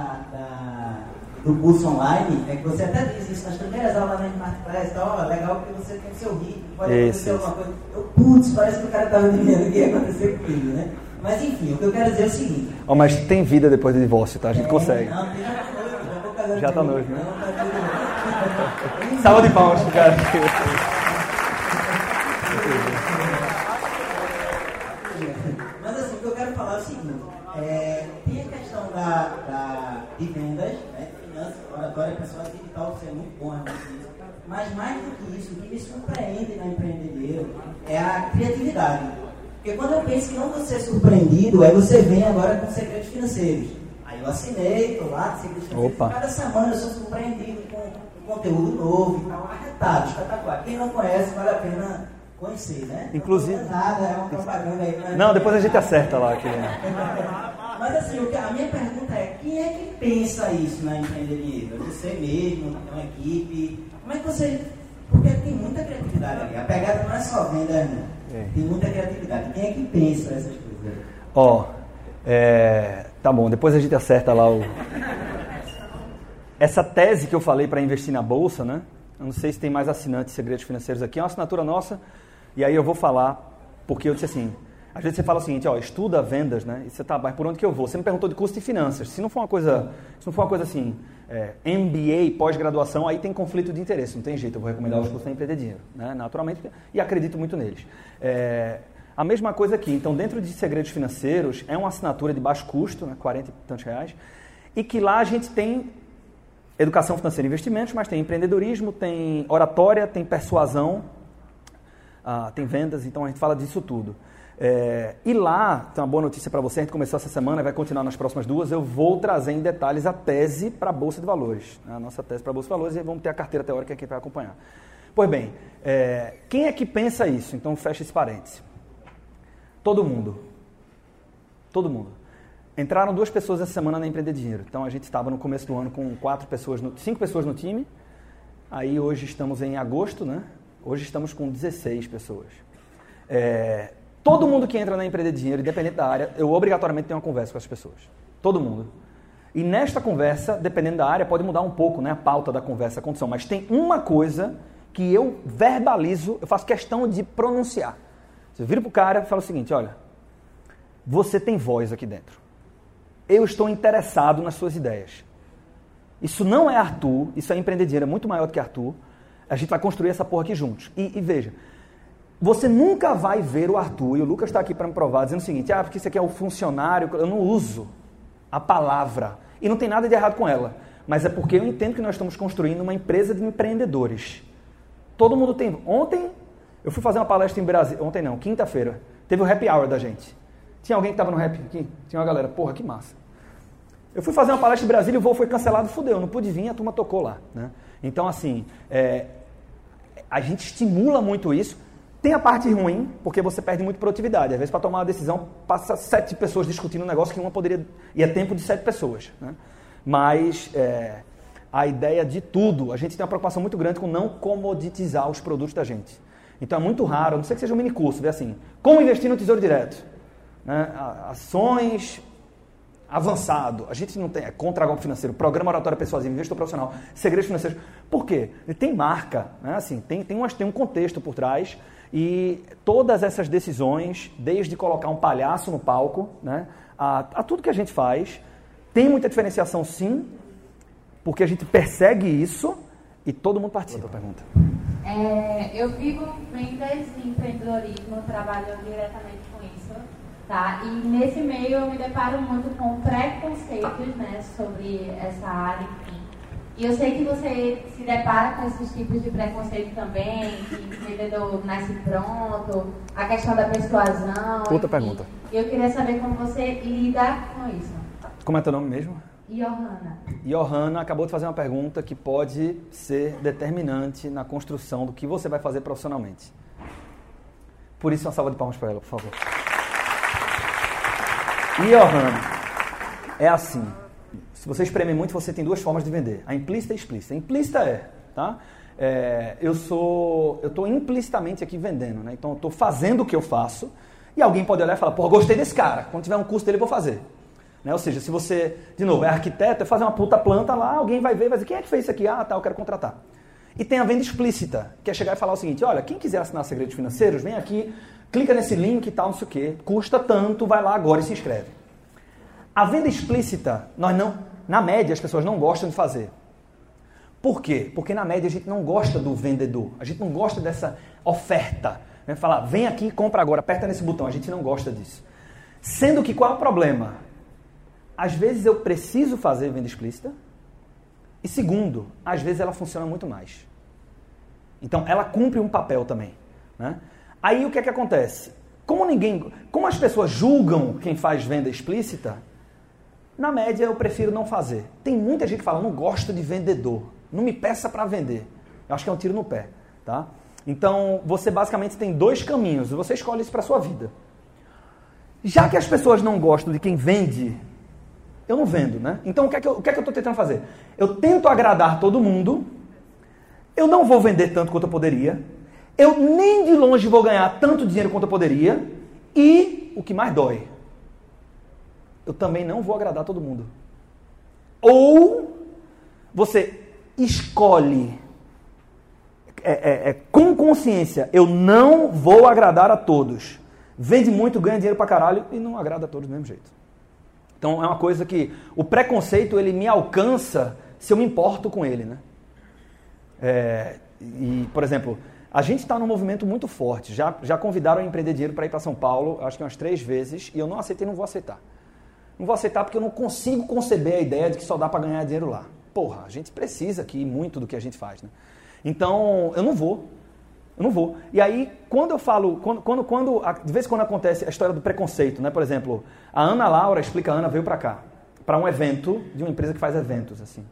do curso online é que você até diz isso nas primeiras aulas da Smart Class, tá? Legal porque você tem o seu ritmo, pode acontecer alguma coisa. Putz, parece que o cara estava dizendo o que ia acontecer comigo, né? Mas enfim, o que eu quero dizer é o seguinte... Mas tem vida depois do divórcio, tá? A gente consegue. Não, tem já tá noivo, já vou casar. Já tá noivo, né? Não, tá noivo. Salva de palmas pro cara. Mas assim, o que eu quero falar é o seguinte, tem a questão de vendas, né, de finanças, oratória, pessoal digital, isso é muito bom, mas mais do que isso, o que me surpreende na empreendedorismo é a criatividade. Porque quando eu penso que não vou ser surpreendido, aí você vem agora com segredos financeiros. Aí eu assinei, estou lá, de segredos financeiros, cada semana eu sou surpreendido com conteúdo novo, arretado, espetacular. Quem não conhece, vale a pena conhecer, né? Inclusive... Nada, é uma propaganda aí. Não, depois a gente acerta lá. Mas assim, a minha pergunta é, quem é que pensa isso na empreendedorismo? Você mesmo, tem uma equipe? Como é que você... Porque tem muita criatividade ali. A pegada não é só venda, não. Tem muita criatividade. Quem é que pensa essas coisas? Tá bom, depois a gente acerta lá o... Essa tese que eu falei para investir na Bolsa, né? Eu não sei se tem mais assinantes de segredos financeiros aqui, é uma assinatura nossa, e aí eu vou falar, porque eu disse assim, às vezes você fala o seguinte, estuda vendas, né? E você tá, mas por onde que eu vou? Você me perguntou de custo de finanças. Se não for uma coisa assim, MBA, pós-graduação, aí tem conflito de interesse, não tem jeito, eu vou recomendar os cursos da Empreender Dinheiro, né? Naturalmente, e acredito muito neles. A mesma coisa aqui, então dentro de segredos financeiros, é uma assinatura de baixo custo, né? 40 e tantos reais, e que lá a gente tem educação financeira e investimentos, mas tem empreendedorismo, tem oratória, tem persuasão, tem vendas, então a gente fala disso tudo. E lá, tem uma boa notícia para você, a gente começou essa semana e vai continuar nas próximas duas, eu vou trazer em detalhes a tese para a Bolsa de Valores, a nossa tese para a Bolsa de Valores, e vamos ter a carteira teórica que a gente vai acompanhar. Pois bem, quem é que pensa isso? Então fecha esse parêntese. Todo mundo. Entraram 2 pessoas essa semana na Empreender Dinheiro. Então a gente estava no começo do ano com 5 pessoas no time. Aí hoje estamos em agosto, né? Hoje estamos com 16 pessoas. Todo mundo que entra na Empreender Dinheiro, independente da área, eu obrigatoriamente tenho uma conversa com as pessoas. Todo mundo. E nesta conversa, dependendo da área, pode mudar um pouco, né? A pauta da conversa, a condição. Mas tem uma coisa que eu verbalizo, eu faço questão de pronunciar. Você vira pro cara e fala o seguinte, olha, você tem voz aqui dentro. Eu estou interessado nas suas ideias. Isso não é Arthur, isso é Empreender Dinheiro, é muito maior do que Arthur. A gente vai construir essa porra aqui juntos. E veja, você nunca vai ver o Arthur, e o Lucas está aqui para me provar, dizendo o seguinte, porque isso aqui é o funcionário, eu não uso a palavra. E não tem nada de errado com ela. Mas é porque eu entendo que nós estamos construindo uma empresa de empreendedores. Todo mundo tem... Ontem, eu fui fazer uma palestra em Brasília, ontem não, quinta-feira, teve o happy hour da gente. Tinha alguém que estava no rap aqui? Tinha uma galera. Porra, que massa. Eu fui fazer uma palestra em Brasília, o voo foi cancelado, fudeu. Não pude vir, a turma tocou lá. Né? Então, assim, a gente estimula muito isso. Tem a parte ruim, porque você perde muito produtividade. Às vezes, para tomar uma decisão, passa 7 pessoas discutindo um negócio que uma poderia... E é tempo de 7 pessoas. Né? Mas a ideia de tudo, a gente tem uma preocupação muito grande com não comoditizar os produtos da gente. Então, é muito raro, a não ser que seja um mini curso, vê assim, como investir no Tesouro Direto. Né? Ações avançado, a gente não tem, contra golpe financeiro, programa oratória persuasiva, investimento profissional, segredos financeiros. Por quê? Tem marca, né? Assim, tem um contexto por trás, E todas essas decisões, desde colocar um palhaço no palco, né, a tudo que a gente faz, tem muita diferenciação sim, porque a gente persegue isso e todo mundo participa. Outra pergunta. Eu vivo vendas e empreendedorismo, trabalho diretamente com isso, tá? E nesse meio eu me deparo muito com preconceitos, né, sobre essa área, enfim. E eu sei que você se depara com esses tipos de preconceito também, que o vendedor nasce pronto, a questão da persuasão. Outra pergunta. E eu queria saber como você lida com isso. Como é teu nome mesmo? Johanna. Johanna acabou de fazer uma pergunta que pode ser determinante na construção do que você vai fazer profissionalmente. Por isso, uma salva de palmas para ela, por favor. Johanna, é assim. Se você espremer muito, você tem duas formas de vender. A implícita e a explícita. A implícita tá? Eu estou implicitamente aqui vendendo, né? Então, eu estou fazendo o que eu faço e alguém pode olhar e falar, pô, gostei desse cara. Quando tiver um curso dele, eu vou fazer. Né? Ou seja, se você, de novo, é arquiteto, é fazer uma puta planta lá, alguém vai ver e vai dizer, quem é que fez isso aqui? Ah, tá, eu quero contratar. E tem a venda explícita, que é chegar e falar o seguinte, olha, quem quiser assinar Segredos Financeiros, vem aqui, clica nesse link e tal, não sei o quê, custa tanto, vai lá agora e se inscreve. A venda explícita, na média, as pessoas não gostam de fazer. Por quê? Porque na média a gente não gosta do vendedor, a gente não gosta dessa oferta. Né? Falar, vem aqui, compra agora, aperta nesse botão, a gente não gosta disso. Sendo que qual é o problema? Às vezes eu preciso fazer venda explícita e segundo, às vezes ela funciona muito mais. Então ela cumpre um papel também. Né? Aí o que é que acontece? Como as pessoas julgam quem faz venda explícita, na média eu prefiro não fazer. Tem muita gente que fala, não gosto de vendedor, não me peça para vender. Eu acho que é um tiro no pé. Tá? Então você basicamente tem dois caminhos, você escolhe isso para a sua vida. Já que as pessoas não gostam de quem vende, eu não vendo, né? Então, o que é que eu estou tentando fazer? Eu tento agradar todo mundo, eu não vou vender tanto quanto eu poderia, eu nem de longe vou ganhar tanto dinheiro quanto eu poderia, e, o que mais dói, eu também não vou agradar todo mundo. Ou, você escolhe, com consciência, eu não vou agradar a todos. Vende muito, ganha dinheiro pra caralho, e não agrada a todos do mesmo jeito. Então, é uma coisa que o preconceito, ele me alcança se eu me importo com ele, né? Por exemplo, a gente está num movimento muito forte. Já convidaram a Empreender Dinheiro para ir para São Paulo, acho que umas 3 vezes, e eu não aceitei, não vou aceitar. Não vou aceitar porque eu não consigo conceber a ideia de que só dá para ganhar dinheiro lá. Porra, a gente precisa aqui muito do que a gente faz, né? Então, eu não vou. E aí, quando eu falo, de vez em quando acontece a história do preconceito, né? Por exemplo, a Ana Laura, explica, a Ana veio para cá, para um evento de uma empresa que faz eventos, assim.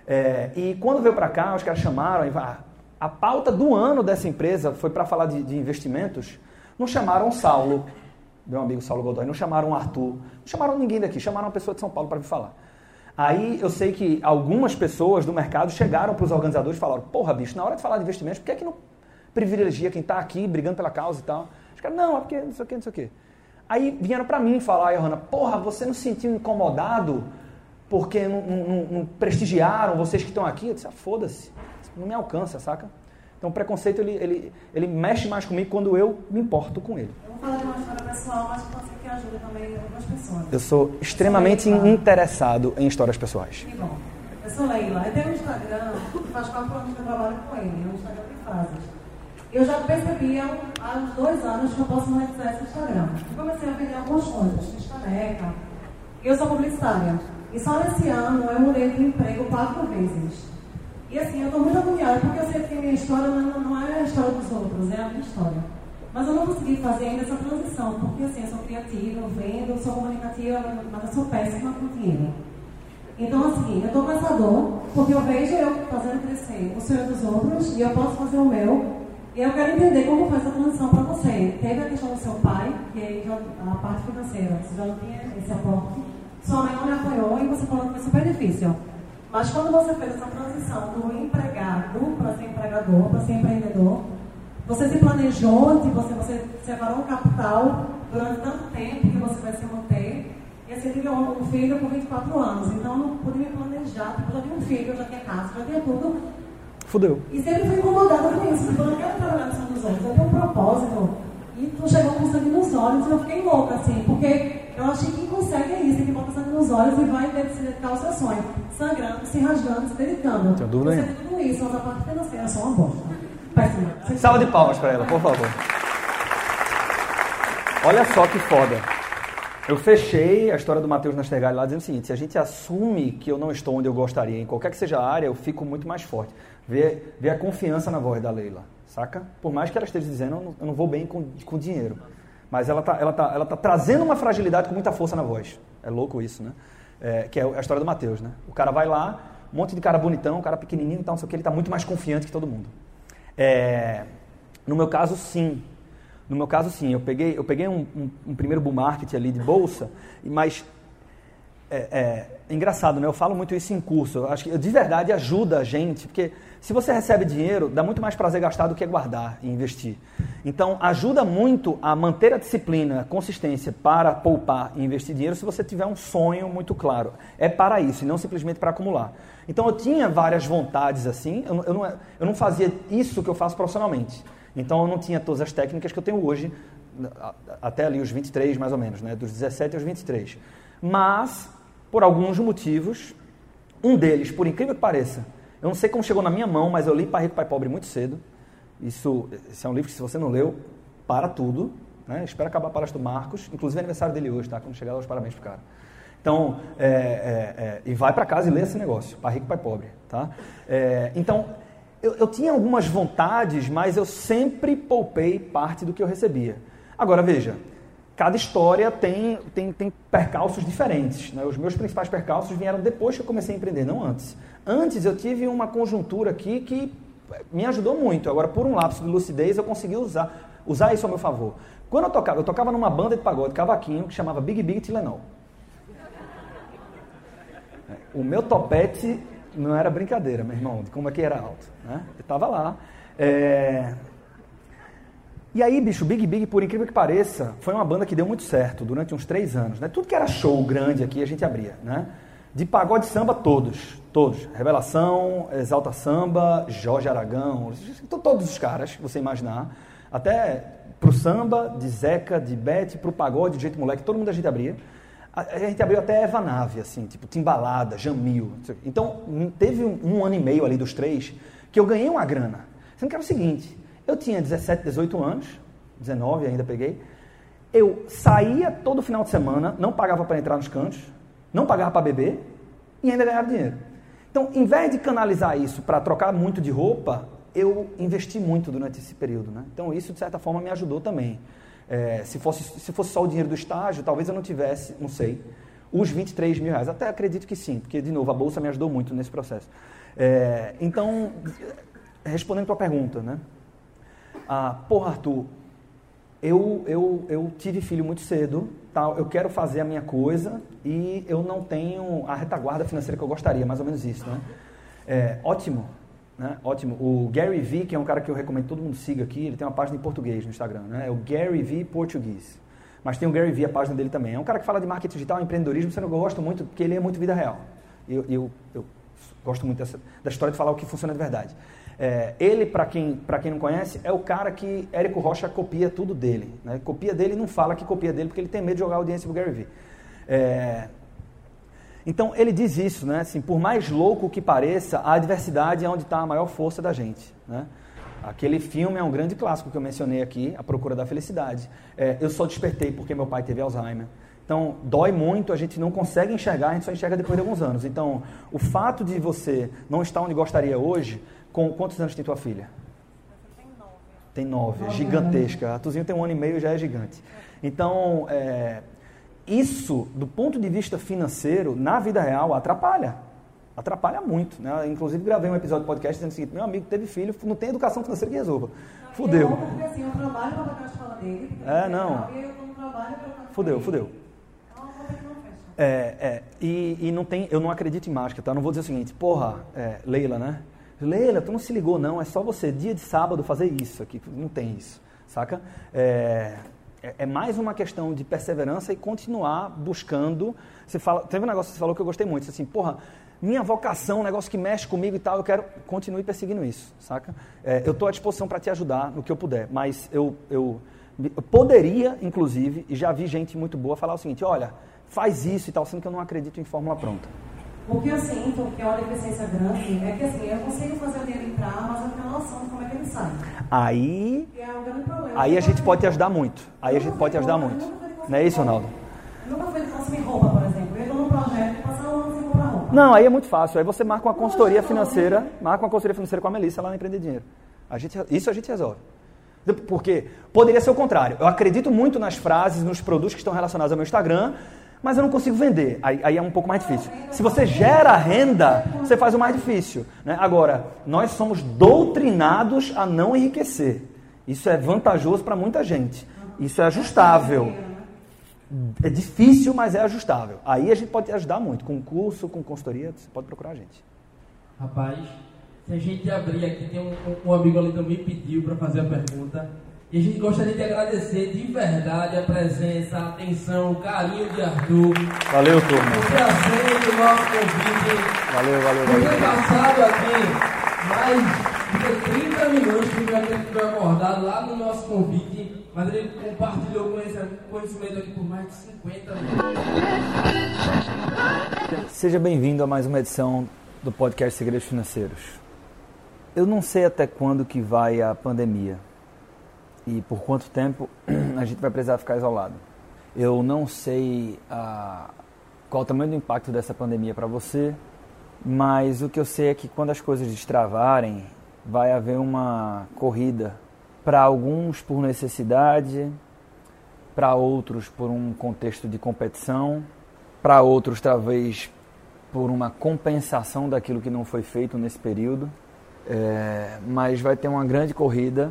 E quando veio para cá, os caras chamaram, a pauta do ano dessa empresa foi para falar de investimentos, não chamaram o Saulo, meu amigo Saulo Godoy, não chamaram o Arthur, não chamaram ninguém daqui, chamaram uma pessoa de São Paulo para vir falar. Aí eu sei que algumas pessoas do mercado chegaram para os organizadores e falaram, porra, bicho, na hora de falar de investimentos, por que é que não privilegia quem está aqui brigando pela causa e tal? Os caras, não, é porque não sei o que, não sei o que. Aí vieram para mim falar, Johanna, porra, você não se sentiu incomodado porque não prestigiaram vocês que estão aqui? Eu disse, foda-se, não me alcança, saca? Então o preconceito, ele mexe mais comigo quando eu me importo com ele. Eu vou falar de uma história pessoal, mas pode ser que ajude também algumas pessoas. Eu sou extremamente interessado em histórias pessoais. Que bom. Eu sou Leila. Eu tenho um Instagram que faz 4 anos que eu trabalho com ele, é um Instagram de frases. Eu já percebi há uns 2 anos que eu posso monetizar esse Instagram. Eu comecei a vender algumas coisas, fiz caneca. Eu sou publicitária. E só nesse ano eu mudei de emprego 4 vezes. E assim, eu estou muito agoniada, porque eu sei que a minha história não é a história dos outros, é a minha história. Mas eu não consegui fazer ainda essa transição, porque assim, eu sou criativa, eu vendo, sou comunicativa, mas eu sou péssima com dinheiro. Então assim, eu estou com essa dor, porque eu vejo eu fazendo crescer o sonho dos outros, e eu posso fazer o meu. E eu quero entender como foi essa transição para você. Teve a questão do seu pai, que a parte financeira, você já não tinha esse aporte. Sua mãe não me apoiou e você falou que foi super difícil. Mas quando você fez essa transição do empregado para ser empregador, para ser empreendedor, você se planejou, você separou um capital durante tanto tempo que você vai se manter. E assim, eu tive um filho com 24 anos, então eu não pude me planejar. Eu já tinha um filho, eu já tinha casa, já tinha tudo. Fudeu. E sempre fui incomodada com isso. Eu não quero trabalhar com sangue nos olhos, eu tenho um propósito. E tu chegou com sangue nos olhos e eu fiquei louca, assim, porque eu achei que quem consegue é isso, que bota sangue nos olhos e vai se dedicar ao seu sonho. Sangrando, se rasgando, se dedicando. Não tenho dúvida nenhuma. Tudo isso, mas a parte financeira é só uma bosta. Péssima. Salva de palmas para ela, por favor. Olha só que foda. Eu fechei a história do Matheus Nastergalli lá dizendo o seguinte: se a gente assume que eu não estou onde eu gostaria, em qualquer que seja a área, eu fico muito mais forte. Vê a confiança na voz da Leila, saca? Por mais que ela esteja dizendo, eu não vou bem com dinheiro. Mas ela tá trazendo uma fragilidade com muita força na voz. É louco isso, né? Que é a história do Matheus, né? O cara vai lá, um monte de cara bonitão, um cara pequenininho e tal, não sei o que, ele tá muito mais confiante que todo mundo. No meu caso, sim. Eu peguei um primeiro bull market ali de bolsa, mas engraçado, né? Eu falo muito isso em curso. Eu acho que de verdade ajuda a gente, porque se você recebe dinheiro, dá muito mais prazer gastar do que guardar e investir. Então, ajuda muito a manter a disciplina, a consistência para poupar e investir dinheiro se você tiver um sonho muito claro. É para isso, e não simplesmente para acumular. Então, eu tinha várias vontades assim, eu não fazia isso que eu faço profissionalmente. Então, eu não tinha todas as técnicas que eu tenho hoje, até ali os 23 mais ou menos, né? Dos 17 aos 23. Mas, por alguns motivos, um deles, por incrível que pareça, eu não sei como chegou na minha mão, mas eu li Pai Rico, Pai Pobre muito cedo. Esse é um livro que, se você não leu, para tudo, né? Espero acabar a palestra do Marcos, inclusive é aniversário dele hoje, tá? Quando chegar, dá os parabéns pro cara. Então, e vai para casa e lê esse negócio, Pai Rico, Pai Pobre, tá? Então, eu tinha algumas vontades, mas eu sempre poupei parte do que eu recebia. Agora, veja, cada história tem percalços diferentes, né? Os meus principais percalços vieram depois que eu comecei a empreender, não antes. Antes eu tive uma conjuntura aqui que me ajudou muito. Agora, por um lapso de lucidez, eu consegui usar isso ao meu favor. Quando eu tocava numa banda de pagode, cavaquinho, que chamava Big Big Tilenol. O meu topete não era brincadeira, meu irmão, de como é que era alto, né? Eu estava lá. E aí, bicho, Big Big, por incrível que pareça, foi uma banda que deu muito certo durante uns 3 anos, né? Tudo que era show grande aqui, a gente abria, né? De pagode e samba, todos. Revelação, Exalta Samba, Jorge Aragão, todos os caras que você imaginar. Até pro samba, de Zeca, de Bete, pro pagode, de Jeito Moleque, todo mundo a gente abria. A gente abriu até Eva Nave, assim, tipo Timbalada, Jamil. Então, teve um ano e meio ali dos 3 que eu ganhei uma grana. Sendo que era o seguinte, eu tinha 17, 18 anos, 19 ainda peguei, eu saía todo final de semana, não pagava para entrar nos cantos, não pagava para beber e ainda ganhava dinheiro. Então, em vez de canalizar isso para trocar muito de roupa, eu investi muito durante esse período, né? Então, isso, de certa forma, me ajudou também. Se fosse só o dinheiro do estágio, talvez eu não tivesse, não sei, os 23 mil reais. Até acredito que sim, porque, de novo, a Bolsa me ajudou muito nesse processo. Então, respondendo a tua pergunta, né? Porra, Arthur, eu tive filho muito cedo, tal, eu quero fazer a minha coisa e eu não tenho a retaguarda financeira que eu gostaria, mais ou menos isso, né? Ótimo. Né? Ótimo. O Gary Vee, que é um cara que eu recomendo que todo mundo siga aqui, ele tem uma página em português no Instagram, né? É o Gary Vee Português. Mas tem o Gary Vee, a página dele também. É um cara que fala de marketing digital, empreendedorismo, sendo que eu gosto muito, porque ele é muito vida real. Eu gosto muito da história de falar o que funciona de verdade. Ele, para quem não conhece, é o cara que Érico Rocha copia tudo dele. Né? Copia dele e não fala que copia dele, porque ele tem medo de jogar a audiência pro Gary Vee. Então, ele diz isso, né? Assim, por mais louco que pareça, a adversidade é onde está a maior força da gente, né? Aquele filme é um grande clássico que eu mencionei aqui, A Procura da Felicidade. Eu só despertei porque meu pai teve Alzheimer. Então, dói muito, a gente não consegue enxergar, a gente só enxerga depois de alguns anos. Então, o fato de você não estar onde gostaria hoje, com quantos anos tem tua filha? Tem 9, é gigantesca. A Tuzinho tem 1 ano e meio e já é gigante. Então, isso, do ponto de vista financeiro, na vida real, atrapalha. Atrapalha muito, né? Inclusive, gravei um episódio de podcast dizendo o seguinte: meu amigo teve filho, não tem educação financeira que resolva. Fudeu. Porque assim, eu trabalho para pagar a escola dele. Não. E eu não trabalho para pagar. Fudeu. E não tem, eu não acredito em mágica, tá? Eu não vou dizer o seguinte: porra, Leila, né? Leila, tu não se ligou não, é só você, dia de sábado, fazer isso aqui. Não tem isso, saca? É mais uma questão de perseverança e continuar buscando. Teve um negócio que você falou que eu gostei muito. Você assim, porra, minha vocação, um negócio que mexe comigo e tal, eu quero continuar perseguindo isso, saca? Eu estou à disposição para te ajudar no que eu puder, mas eu poderia, inclusive, e já vi gente muito boa falar o seguinte, olha, faz isso e tal, sendo que eu não acredito em fórmula pronta. O que eu sinto, que é uma deficiência grande, é que assim, eu consigo fazer o dinheiro entrar, mas eu tenho noção de como é que ele sai. Aí é um grande problema. Aí a gente pode te ajudar muito. Não é isso, Ronaldo? Eu nunca fui de consumir roupa, por exemplo. Eu estou num projeto e passar um ano sem comprar roupa. Não, aí é muito fácil. Aí você marca uma consultoria financeira, com a Melissa lá na Empreender Dinheiro. Isso a gente resolve. Porque poderia ser o contrário. Eu acredito muito nas frases, nos produtos que estão relacionados ao meu Instagram, mas eu não consigo vender. Aí é um pouco mais difícil. Se você gera renda, você faz o mais difícil. Né? Agora, nós somos doutrinados a não enriquecer. Isso é vantajoso para muita gente. Isso é ajustável. É difícil, mas é ajustável. Aí a gente pode te ajudar muito. Com curso, com consultoria, você pode procurar a gente. Rapaz, se a gente abrir aqui, tem um amigo ali também pediu para fazer a pergunta. E a gente gostaria de agradecer de verdade a presença, a atenção, o carinho de Arthur. Valeu, turma. O prazer do nosso convite. Valeu. Por ter passado aqui mais de 30 minutos que ele ficou acordado lá no nosso convite, mas ele compartilhou conhecimento aqui por mais de 50 minutos. Seja bem-vindo a mais uma edição do podcast Segredos Financeiros. Eu não sei até quando que vai a pandemia. E por quanto tempo a gente vai precisar ficar isolado. Eu não sei qual o tamanho do impacto dessa pandemia para você, mas o que eu sei é que quando as coisas destravarem, vai haver uma corrida. Para alguns por necessidade, para outros por um contexto de competição, para outros talvez por uma compensação daquilo que não foi feito nesse período. Mas vai ter uma grande corrida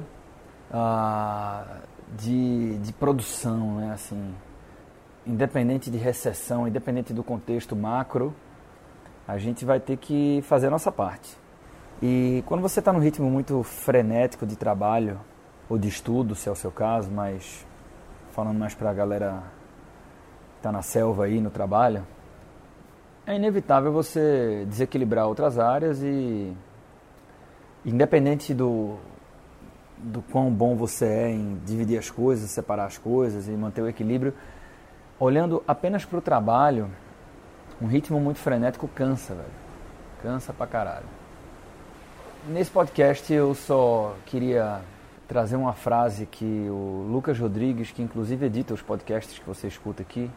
de produção, né? Assim, independente de recessão, independente do contexto macro, a gente vai ter que fazer a nossa parte. E quando você está num ritmo muito frenético de trabalho, ou de estudo, se é o seu caso, mas falando mais para a galera que está na selva aí no trabalho, é inevitável você desequilibrar outras áreas e, independente do quão bom você é em dividir as coisas, separar as coisas e manter o equilíbrio, olhando apenas para o trabalho, um ritmo muito frenético cansa, velho. Cansa pra caralho. Nesse podcast eu só queria trazer uma frase que o Lucas Rodrigues, que inclusive edita os podcasts que você escuta aqui,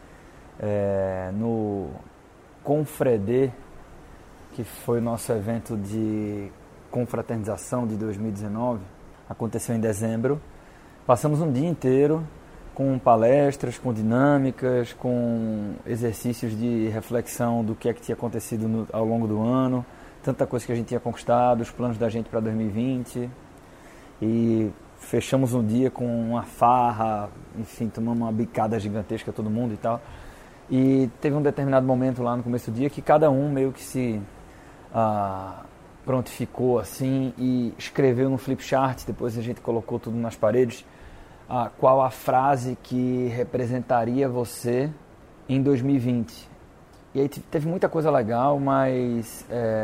no Confredê, que foi o nosso evento de confraternização de 2019, aconteceu em dezembro. Passamos um dia inteiro com palestras, com dinâmicas, com exercícios de reflexão do que é que tinha acontecido ao longo do ano, tanta coisa que a gente tinha conquistado, os planos da gente para 2020. E fechamos um dia com uma farra, enfim, tomamos uma bicada gigantesca todo mundo e tal. E teve um determinado momento lá no começo do dia que cada um meio que se prontificou assim e escreveu no flipchart, depois a gente colocou tudo nas paredes, qual a frase que representaria você em 2020. E aí teve muita coisa legal, mas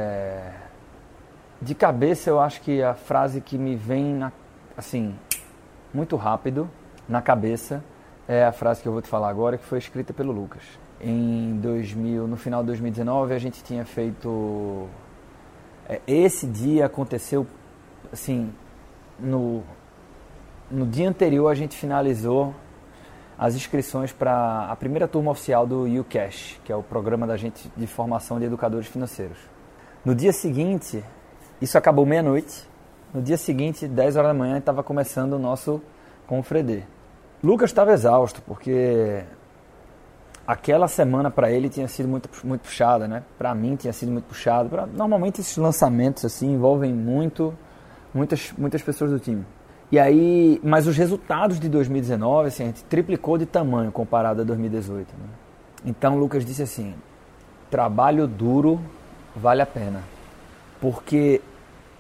de cabeça eu acho que a frase que me vem assim, muito rápido na cabeça é a frase que eu vou te falar agora, que foi escrita pelo Lucas. No final de 2019 a gente tinha feito... esse dia aconteceu, assim, no dia anterior a gente finalizou as inscrições para a primeira turma oficial do UCash, que é o programa da gente de formação de educadores financeiros. No dia seguinte, isso acabou meia-noite, no dia seguinte, 10 horas da manhã, estava começando o nosso Confredê. Lucas estava exausto, porque aquela semana para ele tinha sido muito puxada, né? Para mim tinha sido muito puxado. Normalmente esses lançamentos assim envolvem muitas pessoas do time. E aí, mas os resultados de 2019, assim, a gente triplicou de tamanho comparado a 2018. Né? Então o Lucas disse assim: trabalho duro vale a pena. Porque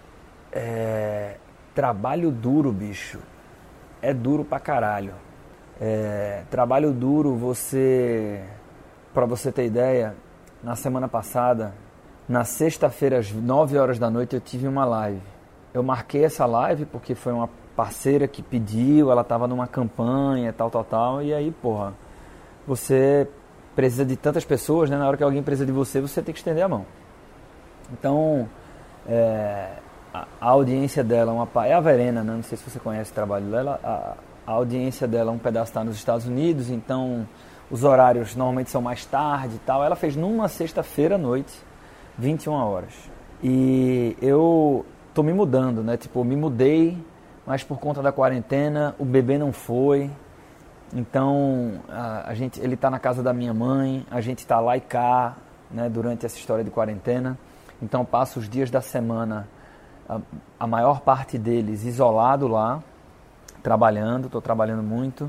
trabalho duro, bicho, é duro pra caralho. Trabalho duro, para você ter ideia, na semana passada, na sexta-feira às 9 horas da noite eu tive uma live. Eu marquei essa live porque foi uma parceira que pediu, ela estava numa campanha, tal, e aí, você precisa de tantas pessoas, né? Na hora que alguém precisa de você, você tem que estender a mão. Então, a audiência dela é a Verena, né? Não sei se você conhece o trabalho dela. A audiência dela, um pedaço está nos Estados Unidos, então os horários normalmente são mais tarde e tal. Ela fez numa sexta-feira à noite, 21 horas. E eu tô me mudando, né? Me mudei, mas por conta da quarentena, o bebê não foi. Então, ele tá na casa da minha mãe, a gente tá lá e cá, né? Durante essa história de quarentena. Então, eu passo os dias da semana, a maior parte deles isolado lá, estou trabalhando muito.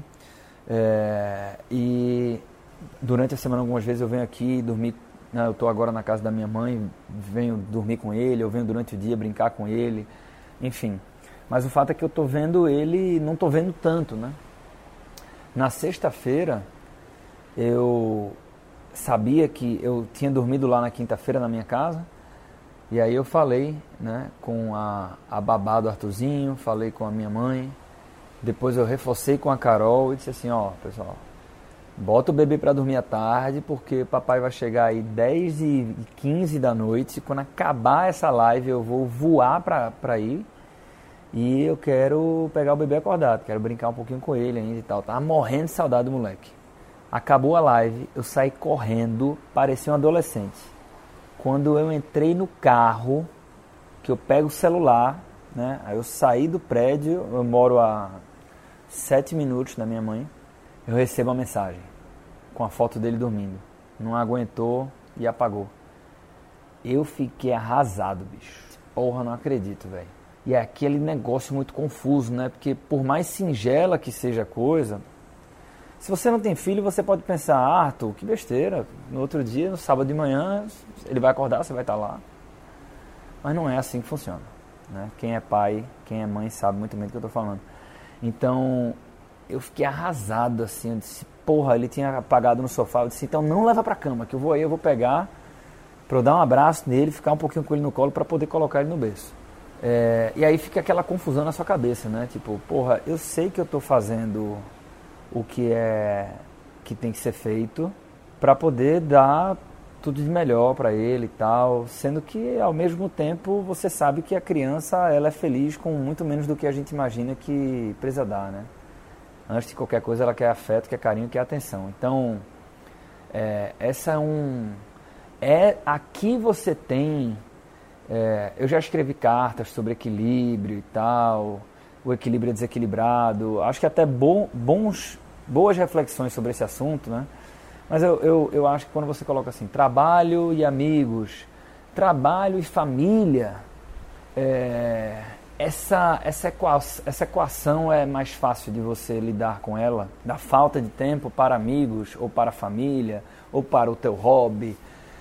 E durante a semana, algumas vezes, eu venho aqui dormir, né? Eu estou agora na casa da minha mãe, venho dormir com ele, eu venho durante o dia brincar com ele, enfim. Mas o fato é que eu estou vendo ele, não estou vendo tanto, né? Na sexta-feira, eu sabia que eu tinha dormido lá na quinta-feira na minha casa, e aí eu falei, né, com a babá do Arthurzinho, falei com a minha mãe, depois eu reforcei com a Carol e disse assim, pessoal, bota o bebê para dormir à tarde, porque papai vai chegar aí 10h15 da noite, quando acabar essa live eu vou voar para ir, e eu quero pegar o bebê acordado, quero brincar um pouquinho com ele ainda e tal. Tava morrendo de saudade do moleque. Acabou a live, eu saí correndo, parecia um adolescente. Quando eu entrei no carro, que eu pego o celular, né? Aí eu saí do prédio, eu moro a 7 minutos da minha mãe, eu recebo uma mensagem com a foto dele dormindo. Não aguentou e apagou. Eu fiquei arrasado, bicho. Porra, não acredito, velho. E é aquele negócio muito confuso, né? Porque por mais singela que seja a coisa, se você não tem filho, você pode pensar, Arthur, que besteira. No outro dia, no sábado de manhã, ele vai acordar, você vai estar lá. Mas não é assim que funciona, né? Quem é pai, quem é mãe sabe muito bem do que eu estou falando. Então, eu fiquei arrasado, assim. Eu disse, porra, ele tinha apagado no sofá. Eu disse, então não leva pra cama, que eu vou pegar pra eu dar um abraço nele, ficar um pouquinho com ele no colo pra poder colocar ele no berço. E aí fica aquela confusão na sua cabeça, né? Tipo, porra, eu sei que eu tô fazendo o que tem que ser feito para poder dar tudo de melhor para ele e tal, sendo que ao mesmo tempo você sabe que a criança ela é feliz com muito menos do que a gente imagina que precisa dar, né? Antes de qualquer coisa ela quer afeto, quer carinho, quer atenção. Então, aqui você tem... eu já escrevi cartas sobre equilíbrio e tal, o equilíbrio é desequilibrado, acho que até boas reflexões sobre esse assunto, né? Mas eu acho que quando você coloca assim, trabalho e amigos, trabalho e família, essa equação é mais fácil de você lidar com ela, da falta de tempo para amigos, ou para a família, ou para o teu hobby,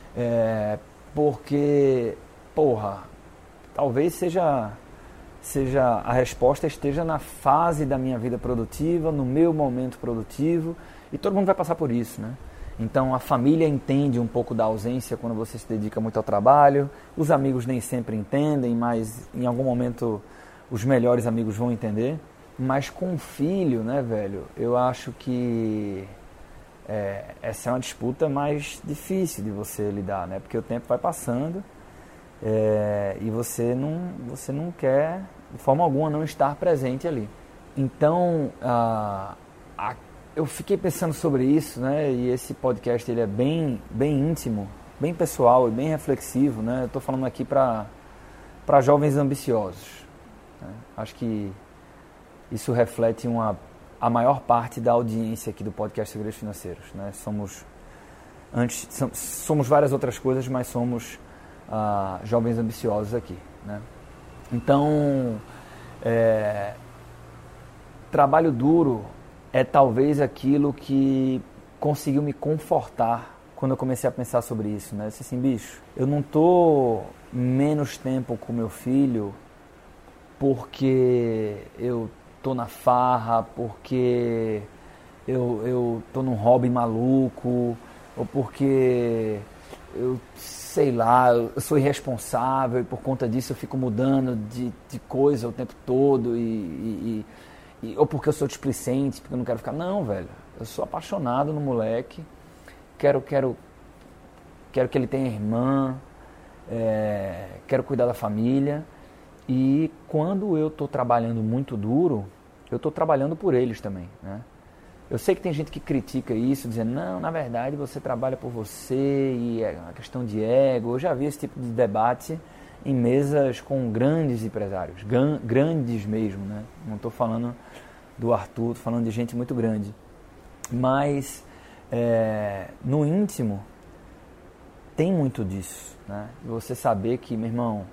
porque... Porra, talvez seja a resposta esteja na fase da minha vida produtiva, no meu momento produtivo, e todo mundo vai passar por isso, né? Então a família entende um pouco da ausência quando você se dedica muito ao trabalho, os amigos nem sempre entendem, mas em algum momento os melhores amigos vão entender. Mas com o filho, né, velho, eu acho que essa é uma disputa mais difícil de você lidar, né? Porque o tempo vai passando. E você não quer, de forma alguma, não estar presente ali. Então, eu fiquei pensando sobre isso, né? E esse podcast ele é bem íntimo, bem pessoal e bem reflexivo, né? Eu estou falando aqui para jovens ambiciosos, né? Acho que isso reflete a maior parte da audiência aqui do podcast Segredos Financeiros, né? Somos várias outras coisas, mas somos jovens ambiciosos aqui, né? Então, trabalho duro é talvez aquilo que conseguiu me confortar quando eu comecei a pensar sobre isso, né? Eu disse assim, bicho, eu não tô menos tempo com meu filho porque eu tô na farra, porque eu tô num hobby maluco, ou porque eu sei lá, eu sou irresponsável e por conta disso eu fico mudando de coisa o tempo todo, ou porque eu sou displicente, porque eu não quero ficar... Não, velho, eu sou apaixonado no moleque, quero que ele tenha irmã, quero cuidar da família, e quando eu estou trabalhando muito duro, eu estou trabalhando por eles também, né? Eu sei que tem gente que critica isso, dizendo, não, na verdade você trabalha por você e é uma questão de ego. Eu já vi esse tipo de debate em mesas com grandes empresários, grandes mesmo, né? Não estou falando do Arthur, estou falando de gente muito grande. Mas no íntimo tem muito disso, né? Você saber que, meu irmão,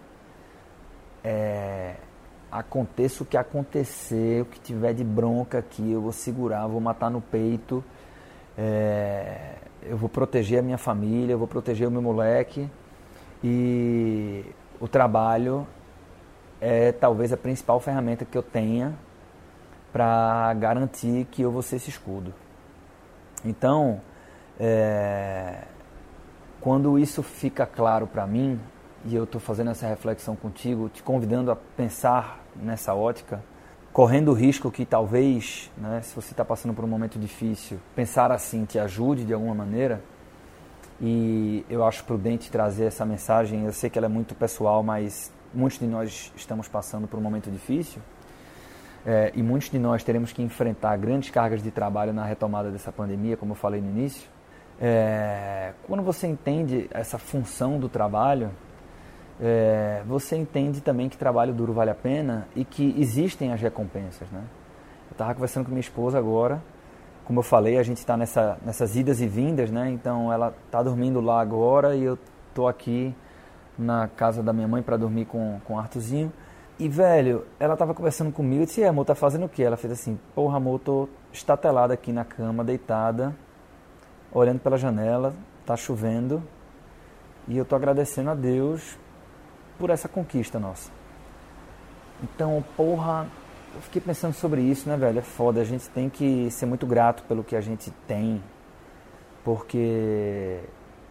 aconteça o que acontecer, o que tiver de bronca aqui, eu vou segurar, vou matar no peito, eu vou proteger a minha família, eu vou proteger o meu moleque, e o trabalho é talvez a principal ferramenta que eu tenha para garantir que eu vou ser esse escudo. Então, quando isso fica claro para mim, e eu estou fazendo essa reflexão contigo, te convidando a pensar nessa ótica, correndo o risco que talvez, né, se você está passando por um momento difícil, pensar assim te ajude de alguma maneira, e eu acho prudente trazer essa mensagem. Eu sei que ela é muito pessoal, mas muitos de nós estamos passando por um momento difícil, e muitos de nós teremos que enfrentar grandes cargas de trabalho na retomada dessa pandemia, como eu falei no início. Quando você entende essa função do trabalho, você entende também que trabalho duro vale a pena e que existem as recompensas, né? Eu estava conversando com minha esposa agora, como eu falei, a gente está nessas idas e vindas, né? Então ela está dormindo lá agora e eu estou aqui na casa da minha mãe para dormir com o Arthurzinho. E, velho, ela estava conversando comigo e disse, amor, tá fazendo o quê? Ela fez assim, porra, amor, tô estatelada aqui na cama, deitada, olhando pela janela, tá chovendo, e eu tô agradecendo a Deus por essa conquista nossa. Então, porra, eu fiquei pensando sobre isso, né, velho? É foda, a gente tem que ser muito grato pelo que a gente tem, porque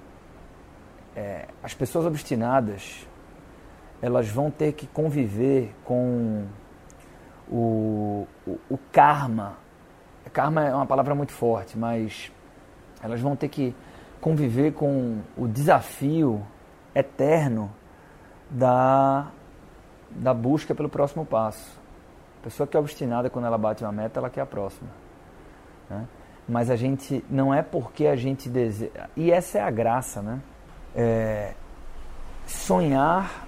as pessoas obstinadas, elas vão ter que conviver com o karma. Karma é uma palavra muito forte, mas elas vão ter que conviver com o desafio eterno da busca pelo próximo passo. A pessoa que é obstinada, quando ela bate uma meta, ela quer a próxima, né? Mas a gente, não é porque a gente deseja, e essa é a graça, né? Sonhar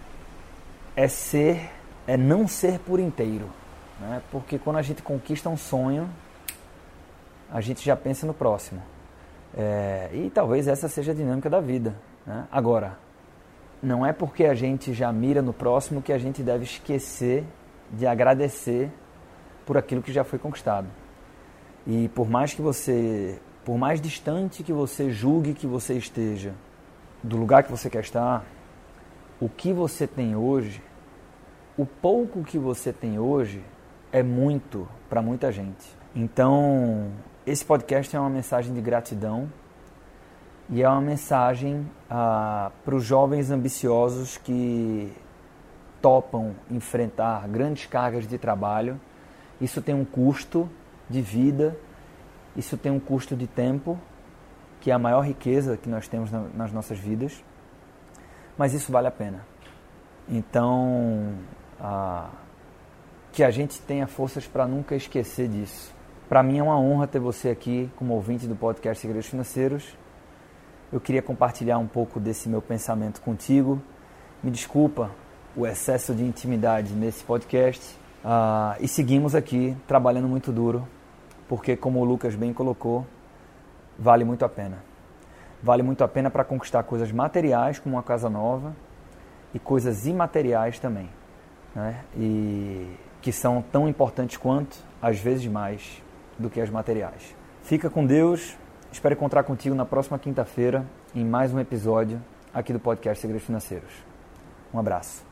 é não ser por inteiro, né? Porque quando a gente conquista um sonho, a gente já pensa no próximo, e talvez essa seja a dinâmica da vida, né? Agora, não é porque a gente já mira no próximo que a gente deve esquecer de agradecer por aquilo que já foi conquistado. E por mais distante que você julgue que você esteja do lugar que você quer estar, o que você tem hoje, o pouco que você tem hoje é muito para muita gente. Então, esse podcast é uma mensagem de gratidão e é uma mensagem para os jovens ambiciosos que topam enfrentar grandes cargas de trabalho. Isso tem um custo de vida, isso tem um custo de tempo, que é a maior riqueza que nós temos nas nossas vidas, mas isso vale a pena. Então, que a gente tenha forças para nunca esquecer disso. Para mim é uma honra ter você aqui como ouvinte do podcast Segredos Financeiros. Eu queria compartilhar um pouco desse meu pensamento contigo. Me desculpa o excesso de intimidade nesse podcast. E seguimos aqui trabalhando muito duro, porque, como o Lucas bem colocou, vale muito a pena. Vale muito a pena para conquistar coisas materiais, como uma casa nova, e coisas imateriais também, né? E que são tão importantes quanto, às vezes mais, do que as materiais. Fica com Deus. Espero encontrar contigo na próxima quinta-feira em mais um episódio aqui do podcast Segredos Financeiros. Um abraço.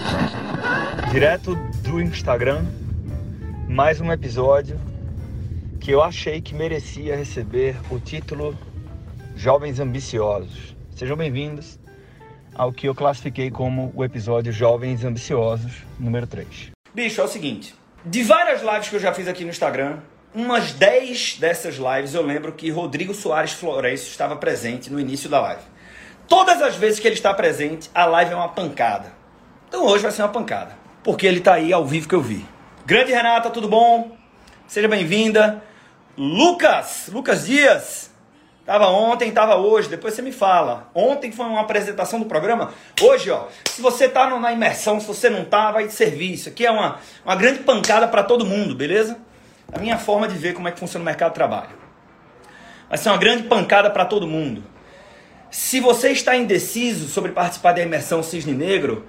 Direto do Instagram, mais um episódio. que eu achei que merecia receber o título Jovens Ambiciosos. Sejam bem-vindos ao que eu classifiquei como o episódio Jovens Ambiciosos, número 3. Bicho, é o seguinte, de várias lives que eu já fiz aqui no Instagram, umas 10 dessas lives eu lembro que Rodrigo Soares Florencio estava presente no início da live. Todas as vezes que ele está presente, a live é uma pancada. Então hoje vai ser uma pancada, porque ele está aí ao vivo que eu vi. Grande Renata, tudo bom? Seja bem-vinda. Lucas Dias, tava ontem, tava hoje, depois você me fala. Ontem foi uma apresentação do programa, hoje, ó, se você tá na imersão, se você não tá, vai te servir. Isso aqui é uma grande pancada para todo mundo, beleza? A minha forma de ver como é que funciona o mercado de trabalho. Vai ser uma grande pancada para todo mundo. Se você está indeciso sobre participar da imersão Cisne Negro,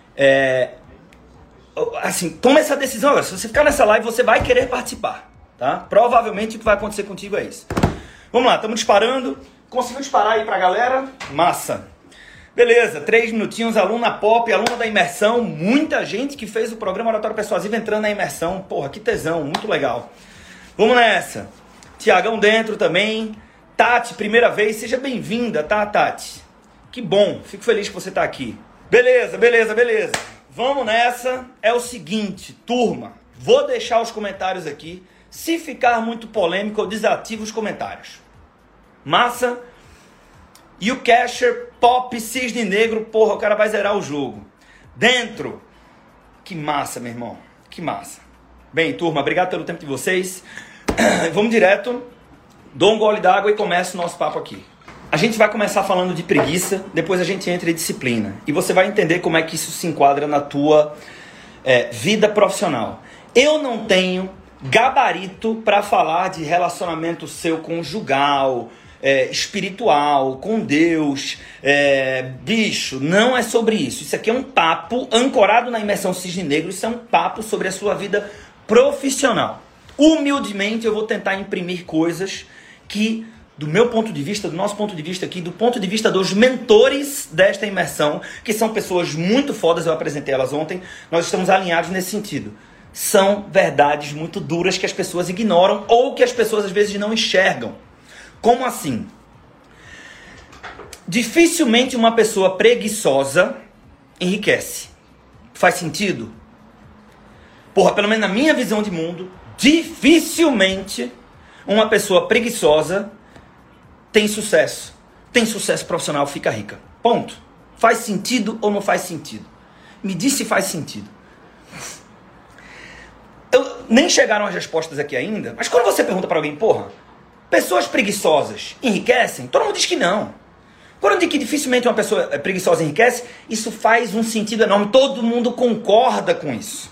assim, toma essa decisão agora. Se você ficar nessa live, você vai querer participar, tá? Provavelmente o que vai acontecer contigo é isso. Vamos lá, estamos disparando. Conseguiu disparar aí pra galera? Massa. Beleza, 3 minutinhos, aluna pop, aluna da imersão. Muita gente que fez o programa Oratório Persuasivo entrando na imersão. Porra, que tesão, muito legal. Vamos nessa. Tiagão dentro também. Tati, primeira vez, seja bem-vinda, tá, Tati? Que bom, fico feliz que você tá aqui. Beleza. Vamos nessa. É o seguinte, turma, vou deixar os comentários aqui. Se ficar muito polêmico, eu desativo os comentários. Massa. E o Casher, Pop, Cisne Negro, porra, o cara vai zerar o jogo. Dentro. Que massa, meu irmão. Que massa. Bem, turma, obrigado pelo tempo de vocês. Vamos direto. Dou um gole d'água e começa o nosso papo aqui. A gente vai começar falando de preguiça, depois a gente entra em disciplina. E você vai entender como é que isso se enquadra na tua vida profissional. Eu não tenho gabarito para falar de relacionamento seu conjugal, espiritual, com Deus, bicho, não é sobre isso. Isso aqui é um papo ancorado na imersão Cisne Negro, isso é um papo sobre a sua vida profissional. Humildemente eu vou tentar imprimir coisas que, do meu ponto de vista, do nosso ponto de vista aqui, do ponto de vista dos mentores desta imersão, que são pessoas muito fodas, eu apresentei elas ontem, nós estamos alinhados nesse sentido. São verdades muito duras que as pessoas ignoram ou que as pessoas às vezes não enxergam. Como assim? Dificilmente uma pessoa preguiçosa enriquece. Faz sentido? Porra, pelo menos na minha visão de mundo, dificilmente uma pessoa preguiçosa tem sucesso. Tem sucesso profissional, fica rica. Ponto. Faz sentido ou não faz sentido? Me diz se faz sentido. Nem chegaram as respostas aqui ainda, mas quando você pergunta para alguém, porra, pessoas preguiçosas enriquecem? Todo mundo diz que não. Quando eu digo que dificilmente uma pessoa preguiçosa enriquece, isso faz um sentido enorme. Todo mundo concorda com isso.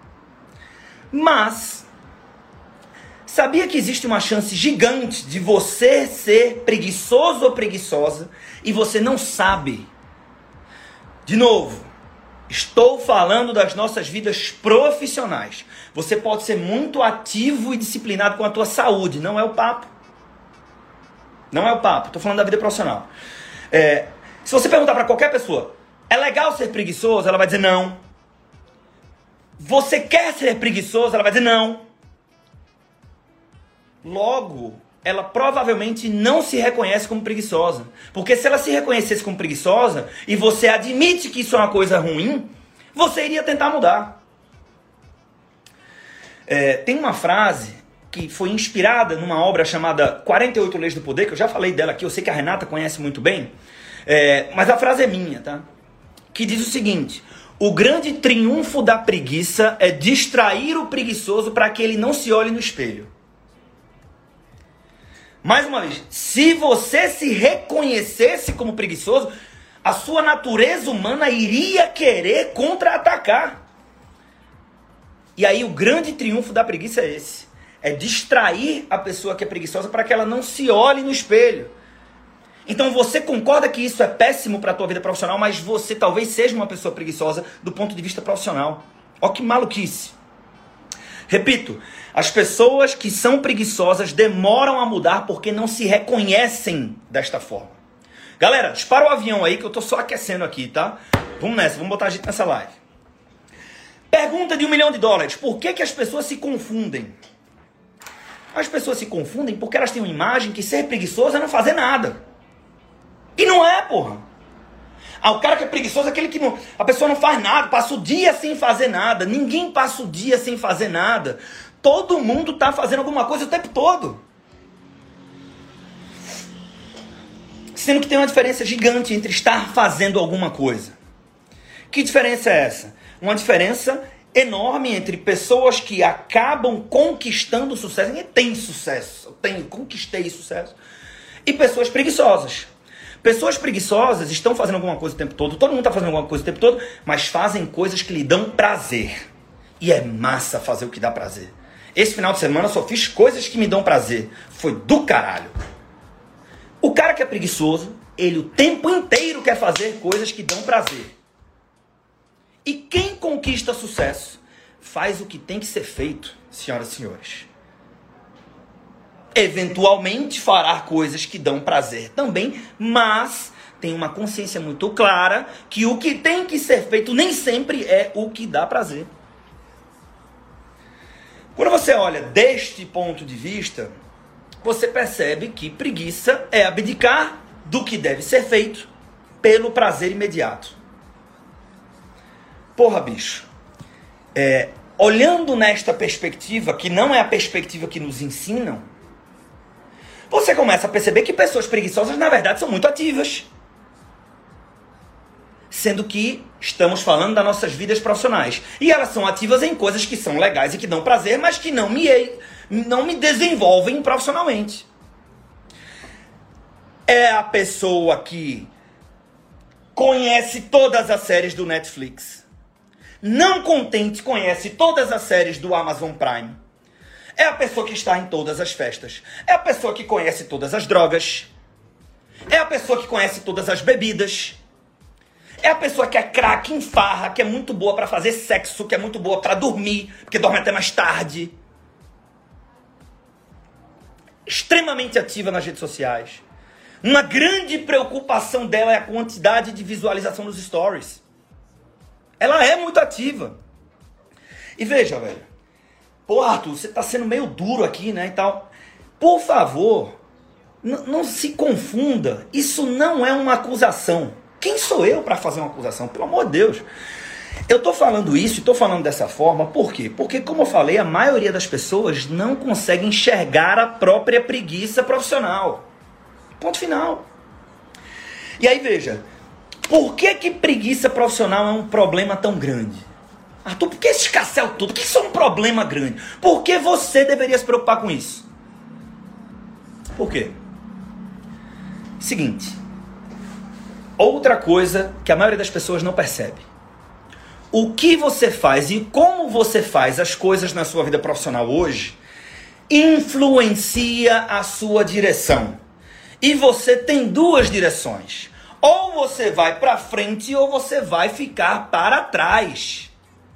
Mas, sabia que existe uma chance gigante de você ser preguiçoso ou preguiçosa e você não sabe? De novo, estou falando das nossas vidas profissionais. Você pode ser muito ativo e disciplinado com a tua saúde. Não é o papo. Não é o papo. Estou falando da vida profissional. Se você perguntar para qualquer pessoa, é legal ser preguiçoso? Ela vai dizer não. Você quer ser preguiçoso? Ela vai dizer não. Logo, ela provavelmente não se reconhece como preguiçosa. Porque se ela se reconhecesse como preguiçosa e você admite que isso é uma coisa ruim, você iria tentar mudar. Tem uma frase que foi inspirada numa obra chamada 48 Leis do Poder, que eu já falei dela aqui, eu sei que a Renata conhece muito bem, mas a frase é minha, tá? Que diz o seguinte: o grande triunfo da preguiça é distrair o preguiçoso para que ele não se olhe no espelho. Mais uma vez, se você se reconhecesse como preguiçoso, a sua natureza humana iria querer contra-atacar. E aí o grande triunfo da preguiça é esse. É distrair a pessoa que é preguiçosa para que ela não se olhe no espelho. Então você concorda que isso é péssimo para a tua vida profissional, mas você talvez seja uma pessoa preguiçosa do ponto de vista profissional. Ó que maluquice. Repito, as pessoas que são preguiçosas demoram a mudar porque não se reconhecem desta forma. Galera, dispara o avião aí que eu tô só aquecendo aqui, tá? Vamos nessa, vamos botar a gente nessa live. Pergunta de $1 milhão. Por que as pessoas se confundem? As pessoas se confundem porque elas têm uma imagem que ser preguiçoso é não fazer nada. E não é, porra. O cara que é preguiçoso é aquele que não... A pessoa não faz nada, passa o dia sem fazer nada. Ninguém passa o dia sem fazer nada. Todo mundo está fazendo alguma coisa o tempo todo. Sendo que tem uma diferença gigante entre estar fazendo alguma coisa. Que diferença é essa? Uma diferença enorme entre pessoas que acabam conquistando sucesso. Ninguém tem sucesso. Conquistei sucesso. E pessoas preguiçosas. Pessoas preguiçosas estão fazendo alguma coisa o tempo todo. Todo mundo está fazendo alguma coisa o tempo todo. Mas fazem coisas que lhe dão prazer. E é massa fazer o que dá prazer. Esse final de semana eu só fiz coisas que me dão prazer. Foi do caralho. O cara que é preguiçoso, ele o tempo inteiro quer fazer coisas que dão prazer. E quem conquista sucesso faz o que tem que ser feito, senhoras e senhores. Eventualmente fará coisas que dão prazer também, mas tem uma consciência muito clara que o que tem que ser feito nem sempre é o que dá prazer. Quando você olha deste ponto de vista, você percebe que preguiça é abdicar do que deve ser feito pelo prazer imediato. Porra, bicho. Olhando nesta perspectiva, que não é a perspectiva que nos ensinam, você começa a perceber que pessoas preguiçosas, na verdade, são muito ativas. Sendo que estamos falando das nossas vidas profissionais. E elas são ativas em coisas que são legais e que dão prazer, mas que não me desenvolvem profissionalmente. É a pessoa que conhece todas as séries do Netflix. Não contente, conhece todas as séries do Amazon Prime. É a pessoa que está em todas as festas. É a pessoa que conhece todas as drogas. É a pessoa que conhece todas as bebidas. É a pessoa que é craque em farra, que é muito boa para fazer sexo, que é muito boa para dormir, porque dorme até mais tarde. Extremamente ativa nas redes sociais. Uma grande preocupação dela é a quantidade de visualização dos stories. Ela é muito ativa. E veja, velho. Pô, Arthur, você tá sendo meio duro aqui, né, e tal. Por favor, não se confunda. Isso não é uma acusação. Quem sou eu para fazer uma acusação? Pelo amor de Deus. Eu tô falando isso e tô falando dessa forma, por quê? Porque, como eu falei, a maioria das pessoas não consegue enxergar a própria preguiça profissional. Ponto final. E aí, veja, por que preguiça profissional é um problema tão grande? Arthur, por que esse escassel todo? Por que isso é um problema grande? Por que você deveria se preocupar com isso? Por quê? Seguinte. Outra coisa que a maioria das pessoas não percebe. O que você faz e como você faz as coisas na sua vida profissional hoje influencia a sua direção. E você tem duas direções. Ou você vai para frente ou você vai ficar para trás.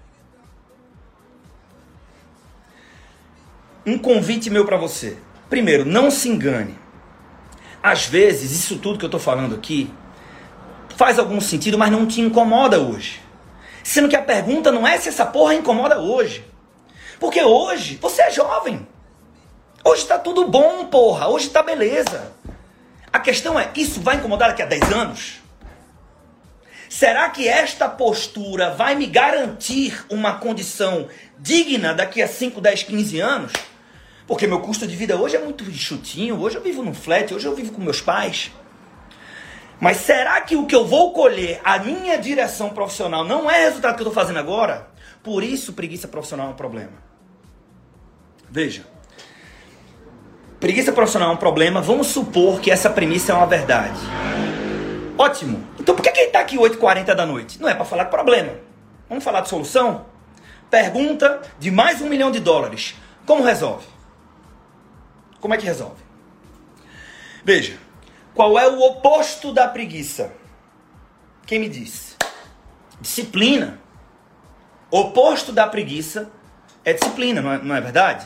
Um convite meu para você. Primeiro, não se engane. Às vezes, isso tudo que eu estou falando aqui faz algum sentido, mas não te incomoda hoje. Sendo que a pergunta não é se essa porra incomoda hoje. Porque hoje você é jovem. Hoje tá tudo bom, porra. Hoje tá beleza. A questão é, isso vai incomodar daqui a 10 anos? Será que esta postura vai me garantir uma condição digna daqui a 5, 10, 15 anos? Porque meu custo de vida hoje é muito chutinho. Hoje eu vivo num flat, hoje eu vivo com meus pais. Mas será que o que eu vou colher, a minha direção profissional, não é resultado que eu estou fazendo agora? Por isso, preguiça profissional é um problema. Veja. Preguiça profissional é um problema. Vamos supor que essa premissa é uma verdade. Ótimo. Então por que ele está aqui 8h40 da noite? Não é para falar de problema. Vamos falar de solução? Pergunta de mais $1 milhão. Como resolve? Como é que resolve? Veja. Qual é o oposto da preguiça? Quem me diz? Disciplina. O oposto da preguiça é disciplina, não é verdade?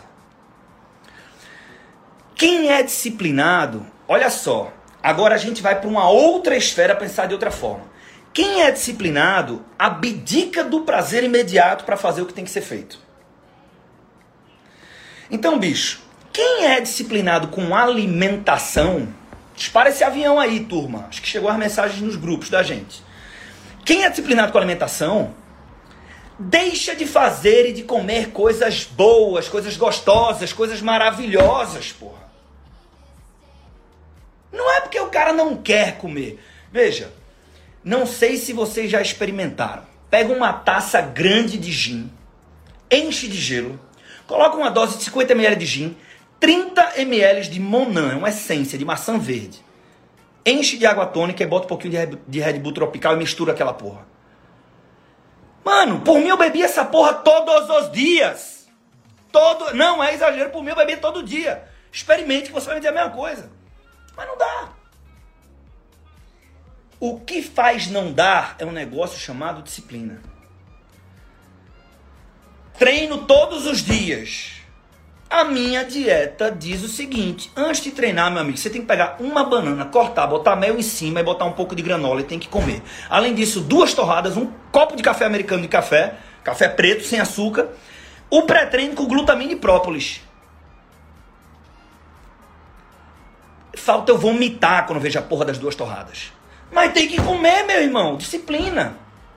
Quem é disciplinado, olha só, agora a gente vai para uma outra esfera pensar de outra forma. Quem é disciplinado abdica do prazer imediato para fazer o que tem que ser feito. Então, bicho, Quem é disciplinado com alimentação, dispara esse avião aí, turma. Acho que chegou as mensagens nos grupos da gente. Quem é disciplinado com alimentação, deixa de fazer e de comer coisas boas, coisas gostosas, coisas maravilhosas, porra. Não é porque o cara não quer comer. Veja, não sei se vocês já experimentaram. Pega uma taça grande de gin, enche de gelo, coloca uma dose de 50 ml de gin, 30 ml de Monan, uma essência de maçã verde. Enche de água tônica e bota um pouquinho de Red Bull tropical e mistura aquela porra. Mano, por mim eu bebi essa porra todos os dias. Não é exagero, por mim eu bebi todo dia. Experimente que você vai me dizer a mesma coisa. Mas não dá. O que faz não dar é um negócio chamado disciplina. Treino todos os dias. A minha dieta diz o seguinte: antes de treinar, meu amigo, você tem que pegar uma banana, cortar, botar mel em cima e botar um pouco de granola e tem que comer. Além disso, 2 torradas, um copo de café americano de café preto, sem açúcar, o pré-treino com glutamina e própolis. Falta eu vomitar quando vejo a porra das 2 torradas. Mas tem que comer, meu irmão. Disciplina.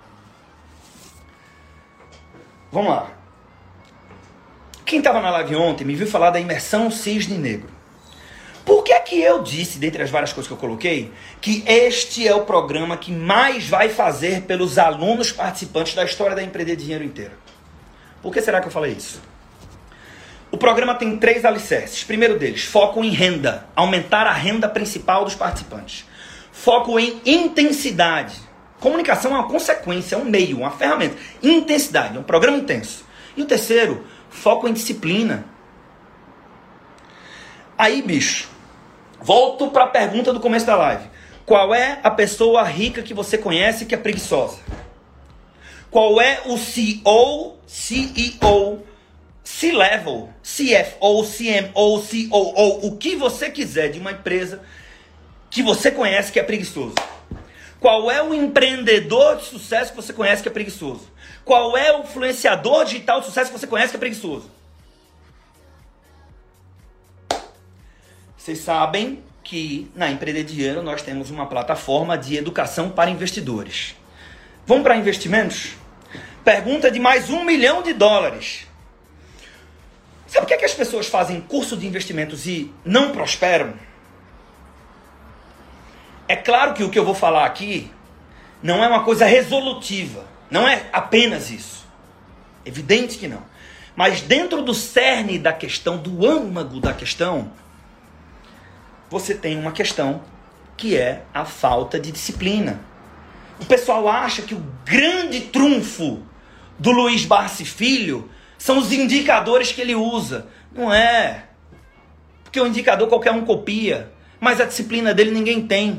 Vamos lá. Quem estava na live ontem me viu falar da imersão cisne negro. Por que é que eu disse, dentre as várias coisas que eu coloquei, que este é o programa que mais vai fazer pelos alunos participantes da história da Empreender Dinheiro inteira? Por que será que eu falei isso? O programa tem 3 alicerces. Primeiro deles, foco em renda. Aumentar a renda principal dos participantes. Foco em intensidade. Comunicação é uma consequência, é um meio, uma ferramenta. Intensidade, é um programa intenso. E o terceiro, foco em disciplina. Aí, bicho, volto para a pergunta do começo da live. Qual é a pessoa rica que você conhece que é preguiçosa? Qual é o CEO, C-level, CFO, CMO, COO, o que você quiser de uma empresa que você conhece que é preguiçoso? Qual é o empreendedor de sucesso que você conhece que é preguiçoso? Qual é o influenciador digital de sucesso que você conhece que é preguiçoso? Vocês sabem que na Empreender Dinheiro nós temos uma plataforma de educação para investidores. Vamos para investimentos? Pergunta de mais $1 milhão. Sabe por que as pessoas fazem curso de investimentos e não prosperam? É claro que o que eu vou falar aqui não é uma coisa resolutiva. Não é apenas isso. Evidente que não. Mas dentro do cerne da questão, do âmago da questão, você tem uma questão que é a falta de disciplina. O pessoal acha que o grande trunfo do Luiz Barsi Filho são os indicadores que ele usa. Não é. Porque o indicador qualquer um copia, mas a disciplina dele ninguém tem.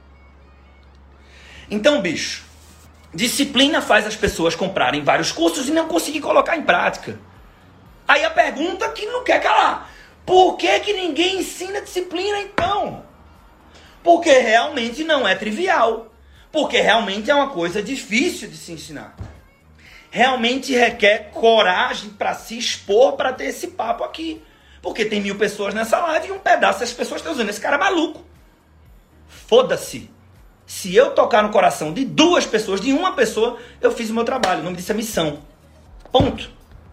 Então, bicho, disciplina faz as pessoas comprarem vários cursos e não conseguir colocar em prática. Aí a pergunta que não quer calar: por que que ninguém ensina disciplina então? Porque realmente não é trivial. Porque realmente é uma coisa difícil de se ensinar. Realmente requer coragem para se expor, para ter esse papo aqui. Porque tem 1000 pessoas nessa live e um pedaço das pessoas estão dizendo: esse cara é maluco. Foda-se. Se eu tocar no coração de 2 pessoas, de uma pessoa, eu fiz o meu trabalho. O nome disso é missão. Ponto.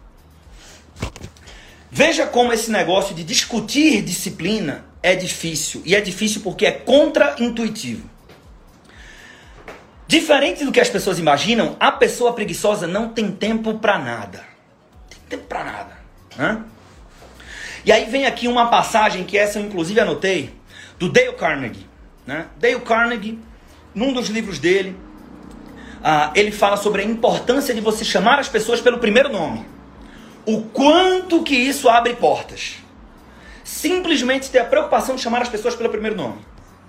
Veja como esse negócio de discutir disciplina é difícil. E é difícil porque é contra-intuitivo. Diferente do que as pessoas imaginam, a pessoa preguiçosa não tem tempo para nada. Tem tempo para nada. Né? E aí vem aqui uma passagem que essa eu inclusive anotei, do Dale Carnegie. Né? Dale Carnegie, num dos livros dele, ele fala sobre a importância de você chamar as pessoas pelo primeiro nome. O quanto que isso abre portas. Simplesmente ter a preocupação de chamar as pessoas pelo primeiro nome.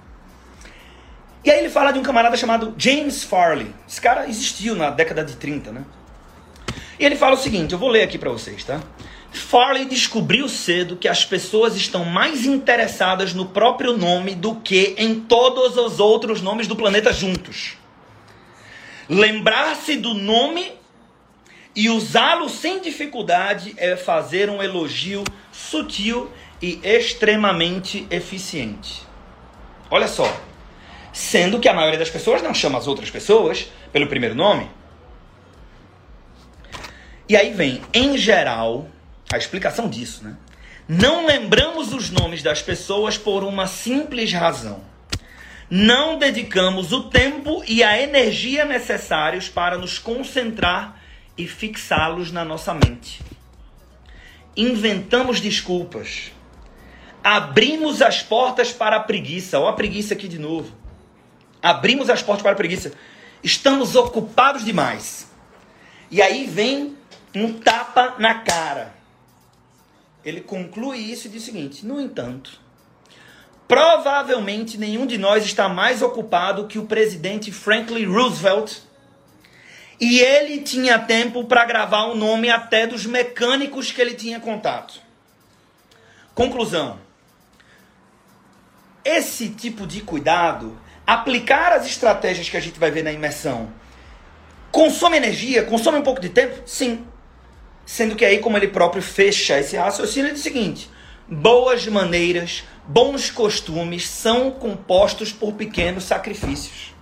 E aí ele fala de um camarada chamado James Farley. Esse cara existiu na década de 30, né? E ele fala o seguinte, eu vou ler aqui para vocês, tá? Farley descobriu cedo que as pessoas estão mais interessadas no próprio nome do que em todos os outros nomes do planeta juntos. Lembrar-se do nome e usá-lo sem dificuldade é fazer um elogio sutil e extremamente eficiente. Olha só, sendo que a maioria das pessoas não chama as outras pessoas pelo primeiro nome. E aí vem, em geral, a explicação disso, né? Não lembramos os nomes das pessoas por uma simples razão. Não dedicamos o tempo e a energia necessários para nos concentrar e fixá-los na nossa mente. Inventamos desculpas. Abrimos as portas para a preguiça. Olha a preguiça aqui de novo. Abrimos as portas para a preguiça. Estamos ocupados demais. E aí vem um tapa na cara. Ele conclui isso e diz o seguinte: no entanto, provavelmente nenhum de nós está mais ocupado que o presidente Franklin Roosevelt. E ele tinha tempo para gravar o nome até dos mecânicos que ele tinha contato. Conclusão. Esse tipo de cuidado, aplicar as estratégias que a gente vai ver na imersão, consome energia, consome um pouco de tempo? Sim. Sendo que aí, como ele próprio fecha esse raciocínio, ele diz o seguinte: boas maneiras, bons costumes são compostos por pequenos sacrifícios.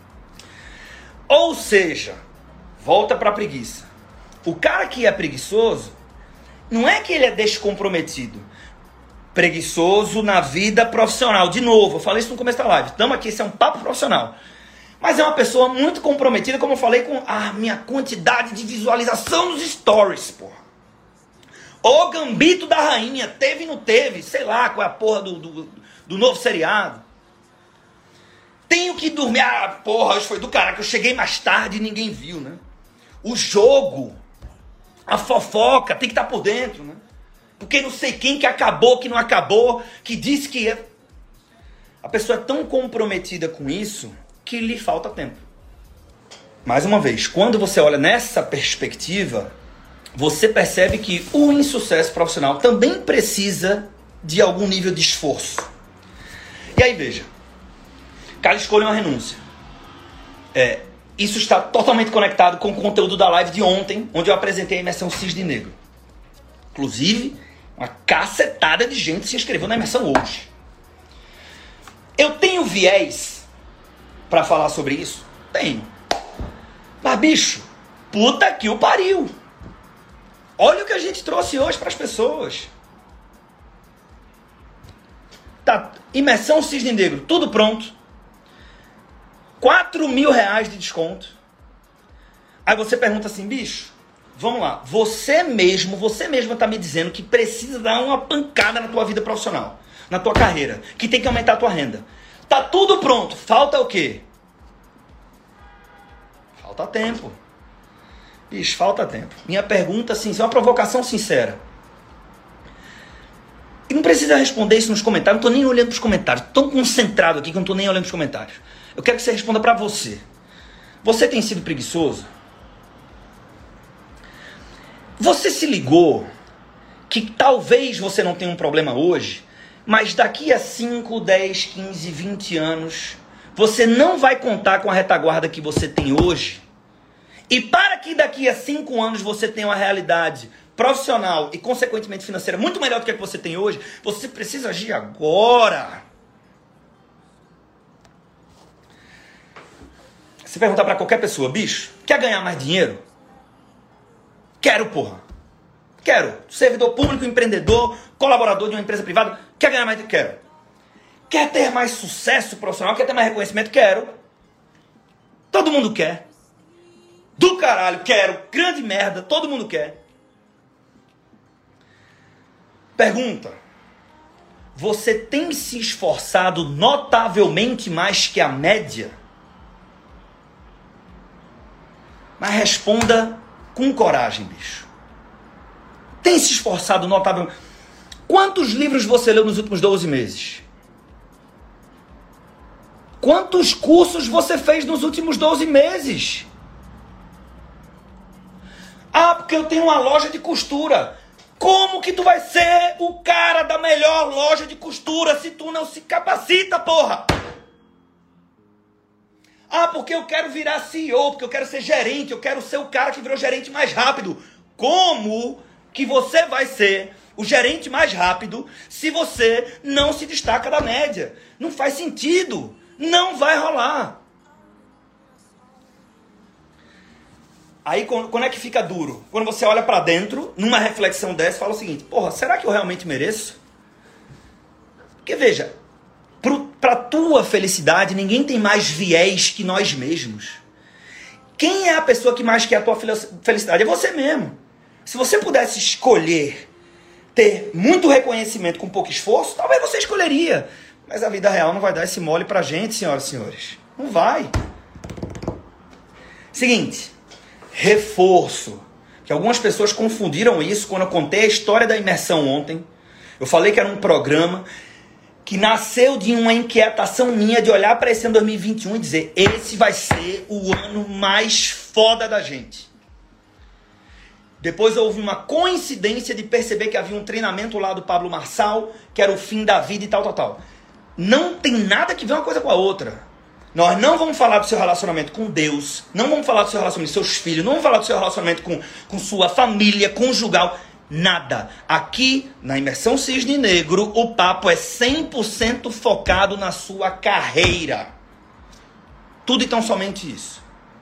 Ou seja, volta para a preguiça. O cara que é preguiçoso, não é que ele é descomprometido. Preguiçoso na vida profissional. De novo, eu falei isso no começo da live. Estamos aqui, isso é um papo profissional. Mas é uma pessoa muito comprometida, como eu falei, com a minha quantidade de visualização nos stories, porra. O Gambito da Rainha, teve e não teve, sei lá qual é a porra do novo seriado. Tenho que dormir, porra, hoje foi do caralho, que eu cheguei mais tarde e ninguém viu, né? O jogo, a fofoca, tem que estar por dentro, né? Porque não sei quem que acabou, que não acabou, que disse que ia. A pessoa é tão comprometida com isso que lhe falta tempo. Mais uma vez, quando você olha nessa perspectiva, você percebe que o insucesso profissional também precisa de algum nível de esforço. E aí, veja. O cara escolhe uma renúncia. Isso está totalmente conectado com o conteúdo da live de ontem, onde eu apresentei a imersão Cisne Negro. Inclusive, uma cacetada de gente se inscreveu na imersão hoje. Eu tenho viés para falar sobre isso? Tenho. Mas, bicho, puta que o pariu. Olha o que a gente trouxe hoje para as pessoas. Tá, imersão Cisne Negro, tudo pronto. R$4.000 de desconto. Aí você pergunta assim, bicho, vamos lá, você mesmo tá me dizendo que precisa dar uma pancada na tua vida profissional, na tua carreira, que tem que aumentar a tua renda. Tá tudo pronto, falta o quê? Falta tempo. Bicho, falta tempo. Minha pergunta, assim, é uma provocação sincera. E não precisa responder isso nos comentários, não tô nem olhando pros comentários, tô concentrado aqui que eu não tô nem olhando pros comentários. Eu quero que você responda pra você. Você tem sido preguiçoso? Você se ligou que talvez você não tenha um problema hoje, mas daqui a 5, 10, 15, 20 anos, você não vai contar com a retaguarda que você tem hoje? E para que daqui a 5 anos você tenha uma realidade profissional e, consequentemente, financeira muito melhor do que a que você tem hoje, você precisa agir agora. Se perguntar para qualquer pessoa, bicho, quer ganhar mais dinheiro? Quero, porra. Quero. Servidor público, empreendedor, colaborador de uma empresa privada. Quer ganhar mais dinheiro? Quero. Quer ter mais sucesso profissional? Quer ter mais reconhecimento? Quero. Todo mundo quer. Do caralho, quero. Grande merda, todo mundo quer. Pergunta. Você tem se esforçado notavelmente mais que a média? Mas responda com coragem, bicho. Tem se esforçado notavelmente? Quantos livros você leu nos últimos 12 meses? Quantos cursos você fez nos últimos 12 meses? Ah, porque eu tenho uma loja de costura. Como que tu vai ser o cara da melhor loja de costura se tu não se capacita, porra? Ah, porque eu quero virar CEO, porque eu quero ser gerente, eu quero ser o cara que virou gerente mais rápido. Como que você vai ser o gerente mais rápido se você não se destaca da média. Não faz sentido. Não vai rolar. Aí quando é que fica duro? Quando você olha para dentro, numa reflexão dessa, e fala o seguinte: porra, será que eu realmente mereço? Porque veja, para tua felicidade, ninguém tem mais viés que nós mesmos. Quem é a pessoa que mais quer a tua felicidade? É você mesmo. Se você pudesse escolher ter muito reconhecimento com pouco esforço, talvez você escolheria. Mas a vida real não vai dar esse mole pra gente, senhoras e senhores. Não vai. Seguinte, reforço. Que algumas pessoas confundiram isso quando eu contei a história da imersão ontem. Eu falei que era um programa que nasceu de uma inquietação minha de olhar para esse ano 2021 e dizer: esse vai ser o ano mais foda da gente. Depois houve uma coincidência de perceber que havia um treinamento lá do Pablo Marçal, que era o fim da vida e tal. Não tem nada que ver uma coisa com a outra. Nós não vamos falar do seu relacionamento com Deus, não vamos falar do seu relacionamento com seus filhos, não vamos falar do seu relacionamento com sua família, conjugal, nada. Aqui, na Imersão Cisne Negro, o papo é 100% focado na sua carreira. Tudo e tão somente isso.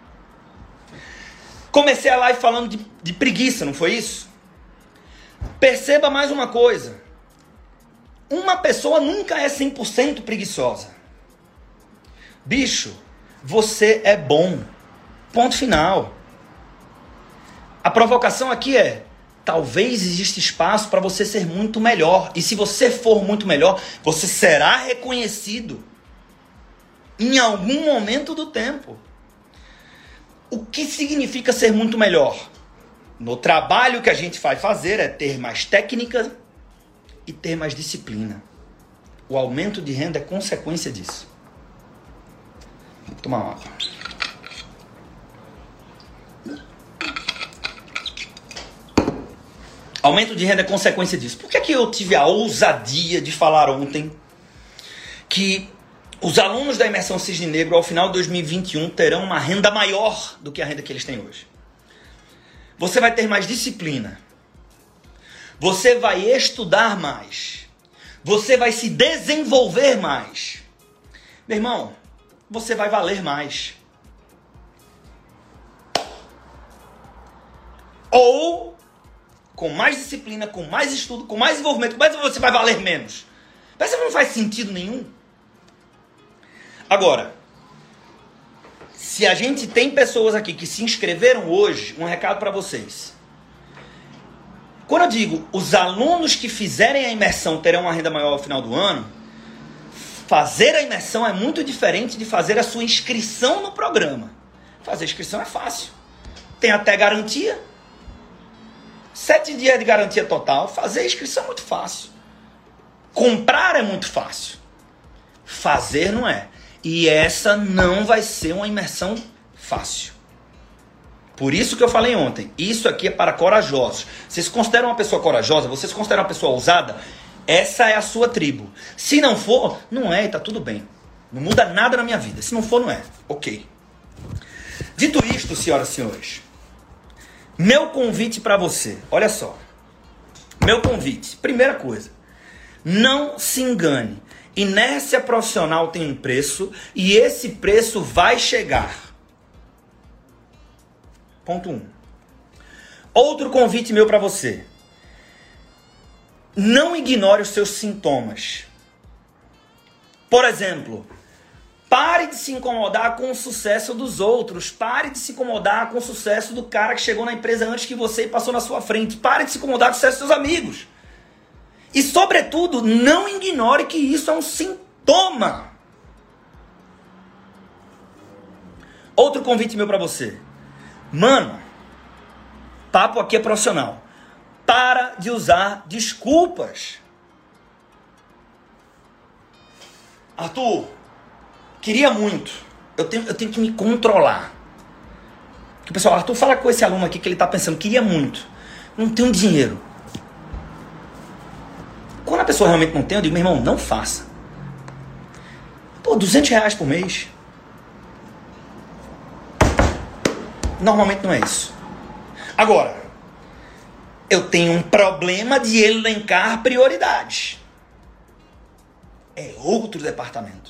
Comecei a live falando de preguiça, não foi isso? Perceba mais uma coisa. Uma pessoa nunca é 100% preguiçosa. Bicho, você é bom. Ponto final. A provocação aqui é: talvez exista espaço para você ser muito melhor. E se você for muito melhor, você será reconhecido em algum momento do tempo. O que significa ser muito melhor? No trabalho que a gente vai fazer é ter mais técnica e ter mais disciplina. O aumento de renda é consequência disso. Vou tomar uma água. Aumento de renda é consequência disso. Por que eu tive a ousadia de falar ontem que os alunos da Imersão Cisne Negro, ao final de 2021, terão uma renda maior do que a renda que eles têm hoje? Você vai ter mais disciplina. Você vai estudar mais. Você vai se desenvolver mais. Meu irmão, você vai valer mais. Ou, com mais disciplina, com mais estudo, com mais desenvolvimento, mas você vai valer menos. Mas isso não faz sentido nenhum. Agora, se a gente tem pessoas aqui que se inscreveram hoje, um recado para vocês. Quando eu digo os alunos que fizerem a imersão terão uma renda maior ao final do ano, fazer a imersão é muito diferente de fazer a sua inscrição no programa. Fazer a inscrição é fácil. Tem até garantia. 7 dias de garantia total. Fazer a inscrição é muito fácil. Comprar é muito fácil. Fazer não é. E essa não vai ser uma imersão fácil. Por isso que eu falei ontem, isso aqui é para corajosos. Vocês se consideram uma pessoa corajosa? Vocês se consideram uma pessoa ousada? Essa é a sua tribo. Se não for, não é e tá tudo bem. Não muda nada na minha vida. Se não for, não é. Ok. Dito isto, senhoras e senhores, meu convite para você, olha só. Meu convite, primeira coisa, não se engane. Inércia profissional tem um preço e esse preço vai chegar. Ponto 1. Outro convite meu para você. Não ignore os seus sintomas. Por exemplo, pare de se incomodar com o sucesso dos outros. Pare de se incomodar com o sucesso do cara que chegou na empresa antes que você e passou na sua frente. Pare de se incomodar com o sucesso dos seus amigos. E, sobretudo, não ignore que isso é um sintoma. Outro convite meu para você. Mano, papo aqui é profissional. Para de usar desculpas. Arthur, queria muito. Eu tenho que me controlar. Porque o pessoal, Arthur, fala com esse aluno aqui que ele está pensando, queria muito. Não tenho dinheiro. Quando a pessoa realmente não tem, eu digo, meu irmão, não faça. Pô, R$200 por mês. Normalmente não é isso. Agora, Eu tenho um problema de elencar prioridades. É outro departamento.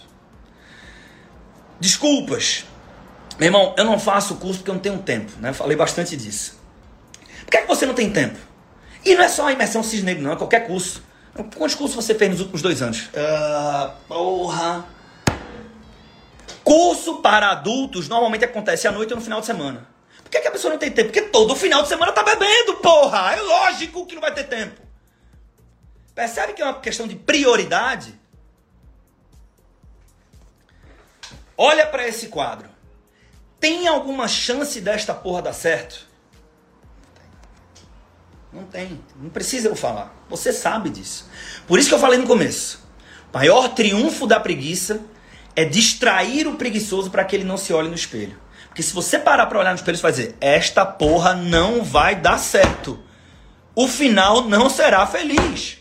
Desculpas. Meu irmão, eu não faço o curso porque eu não tenho tempo, né? Eu falei bastante disso. Por que é que você não tem tempo? E não é só a imersão Cisne Negro, não. É qualquer curso. Quantos cursos você fez nos últimos 2 anos? Porra. Curso para adultos normalmente acontece à noite ou no final de semana. Por que a pessoa não tem tempo? Porque todo final de semana tá bebendo, porra. É lógico que não vai ter tempo. Percebe que é uma questão de prioridade? Olha para esse quadro. Tem alguma chance desta porra dar certo? Não tem. Não precisa eu falar. Você sabe disso. Por isso que eu falei no começo. O maior triunfo da preguiça é distrair o preguiçoso para que ele não se olhe no espelho. Porque se você parar para olhar no espelho, você vai dizer, esta porra não vai dar certo. O final não será feliz.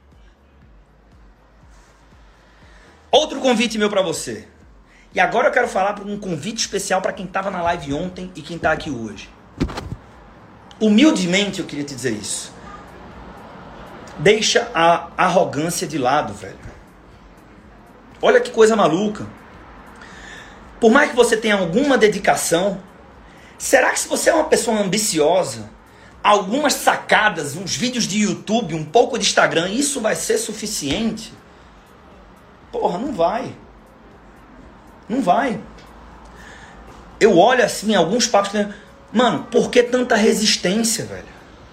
Outro convite meu para você. E agora eu quero falar um convite especial para quem estava na live ontem e quem está aqui hoje. Humildemente eu queria te dizer isso. Deixa a arrogância de lado, velho. Olha que coisa maluca. Por mais que você tenha alguma dedicação, será que se você é uma pessoa ambiciosa, algumas sacadas, uns vídeos de YouTube, um pouco de Instagram, isso vai ser suficiente? Porra, não vai. Não vai. Eu olho assim, alguns papos, mano, por que tanta resistência, velho?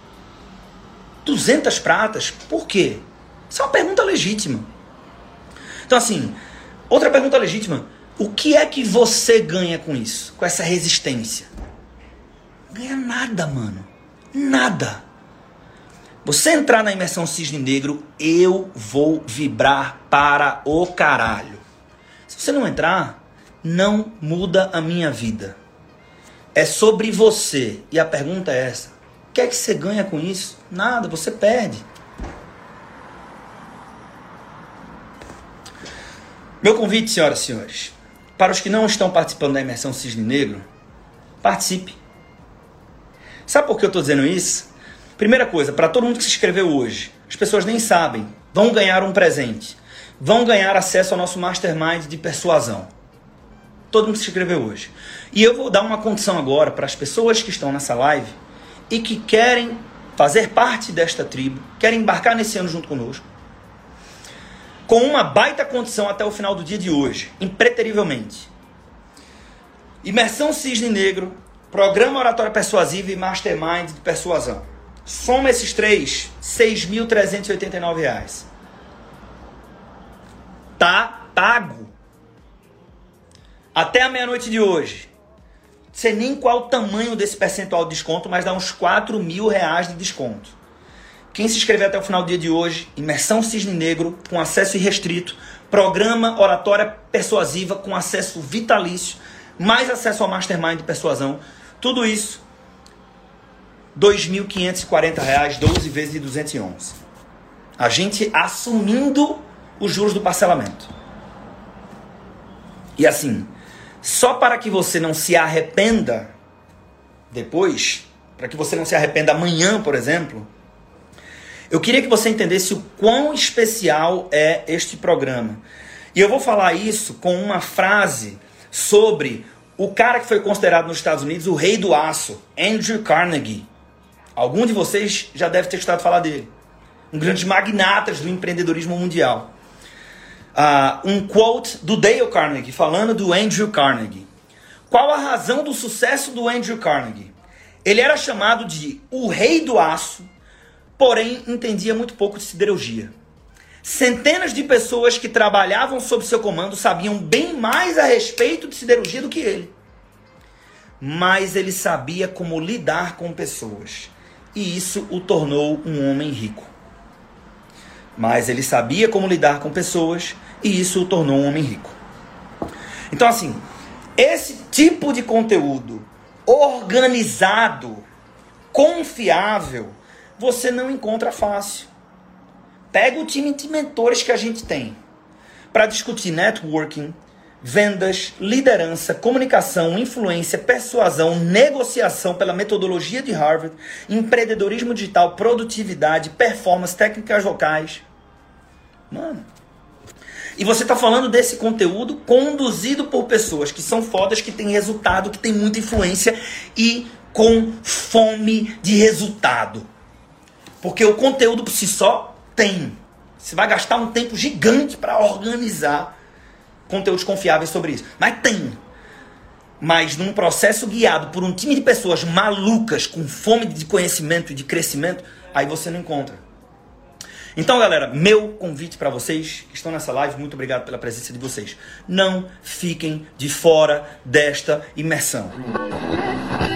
200 pratas, por quê? Isso é uma pergunta legítima. Então assim, outra pergunta legítima. O que é que você ganha com isso? Com essa resistência? Não ganha nada, mano. Nada. Você entrar na imersão Cisne Negro, eu vou vibrar para o caralho. Se você não entrar, não muda a minha vida. É sobre você. E a pergunta é essa. O que é que você ganha com isso? Nada, você perde. Meu convite, senhoras e senhores, para os que não estão participando da imersão Cisne Negro, participe. Sabe por que eu estou dizendo isso? Primeira coisa, para todo mundo que se inscreveu hoje, as pessoas nem sabem, vão ganhar um presente. Vão ganhar acesso ao nosso Mastermind de persuasão. Todo mundo que se inscreveu hoje. E eu vou dar uma condição agora para as pessoas que estão nessa live e que querem fazer parte desta tribo, querem embarcar nesse ano junto conosco, com uma baita condição até o final do dia de hoje, impreterivelmente. Imersão Cisne Negro, Programa Oratória Persuasiva e Mastermind de Persuasão. Soma esses três, R$ 6.389. Tá pago. Até a meia-noite de hoje. Não sei nem qual o tamanho desse percentual de desconto, mas dá uns R$4.000 de desconto. Quem se inscrever até o final do dia de hoje, Imersão Cisne Negro, com acesso irrestrito, Programa Oratória Persuasiva com acesso vitalício, mais acesso ao Mastermind de Persuasão, tudo isso, R$ 2.540, 12 vezes de 211. A gente assumindo os juros do parcelamento. E assim, só para que você não se arrependa depois, para que você não se arrependa amanhã, por exemplo, eu queria que você entendesse o quão especial é este programa. E eu vou falar isso com uma frase sobre o cara que foi considerado nos Estados Unidos o rei do aço, Andrew Carnegie. Algum de vocês já deve ter escutado falar dele. Um grande magnatas do empreendedorismo mundial. Um quote do Dale Carnegie, falando do Andrew Carnegie. Qual a razão do sucesso do Andrew Carnegie? Ele era chamado de o rei do aço, porém entendia muito pouco de siderurgia. Centenas de pessoas que trabalhavam sob seu comando sabiam bem mais a respeito de siderurgia do que ele. Mas ele sabia como lidar com pessoas. E isso o tornou um homem rico. Mas ele sabia como lidar com pessoas e isso o tornou um homem rico. Então assim, esse tipo de conteúdo organizado, confiável, você não encontra fácil. Pega o time de mentores que a gente tem para discutir networking, vendas, liderança, comunicação, influência, persuasão, negociação pela metodologia de Harvard, empreendedorismo digital, produtividade, performance, técnicas vocais. Mano. E você tá falando desse conteúdo conduzido por pessoas que são fodas, que têm resultado, que têm muita influência e com fome de resultado. Porque o conteúdo por si só tem. Você vai gastar um tempo gigante para organizar conteúdos confiáveis sobre isso. Mas tem. Mas num processo guiado por um time de pessoas malucas, com fome de conhecimento e de crescimento, aí você não encontra. Então, galera, meu convite para vocês que estão nessa live, muito obrigado pela presença de vocês. Não fiquem de fora desta imersão.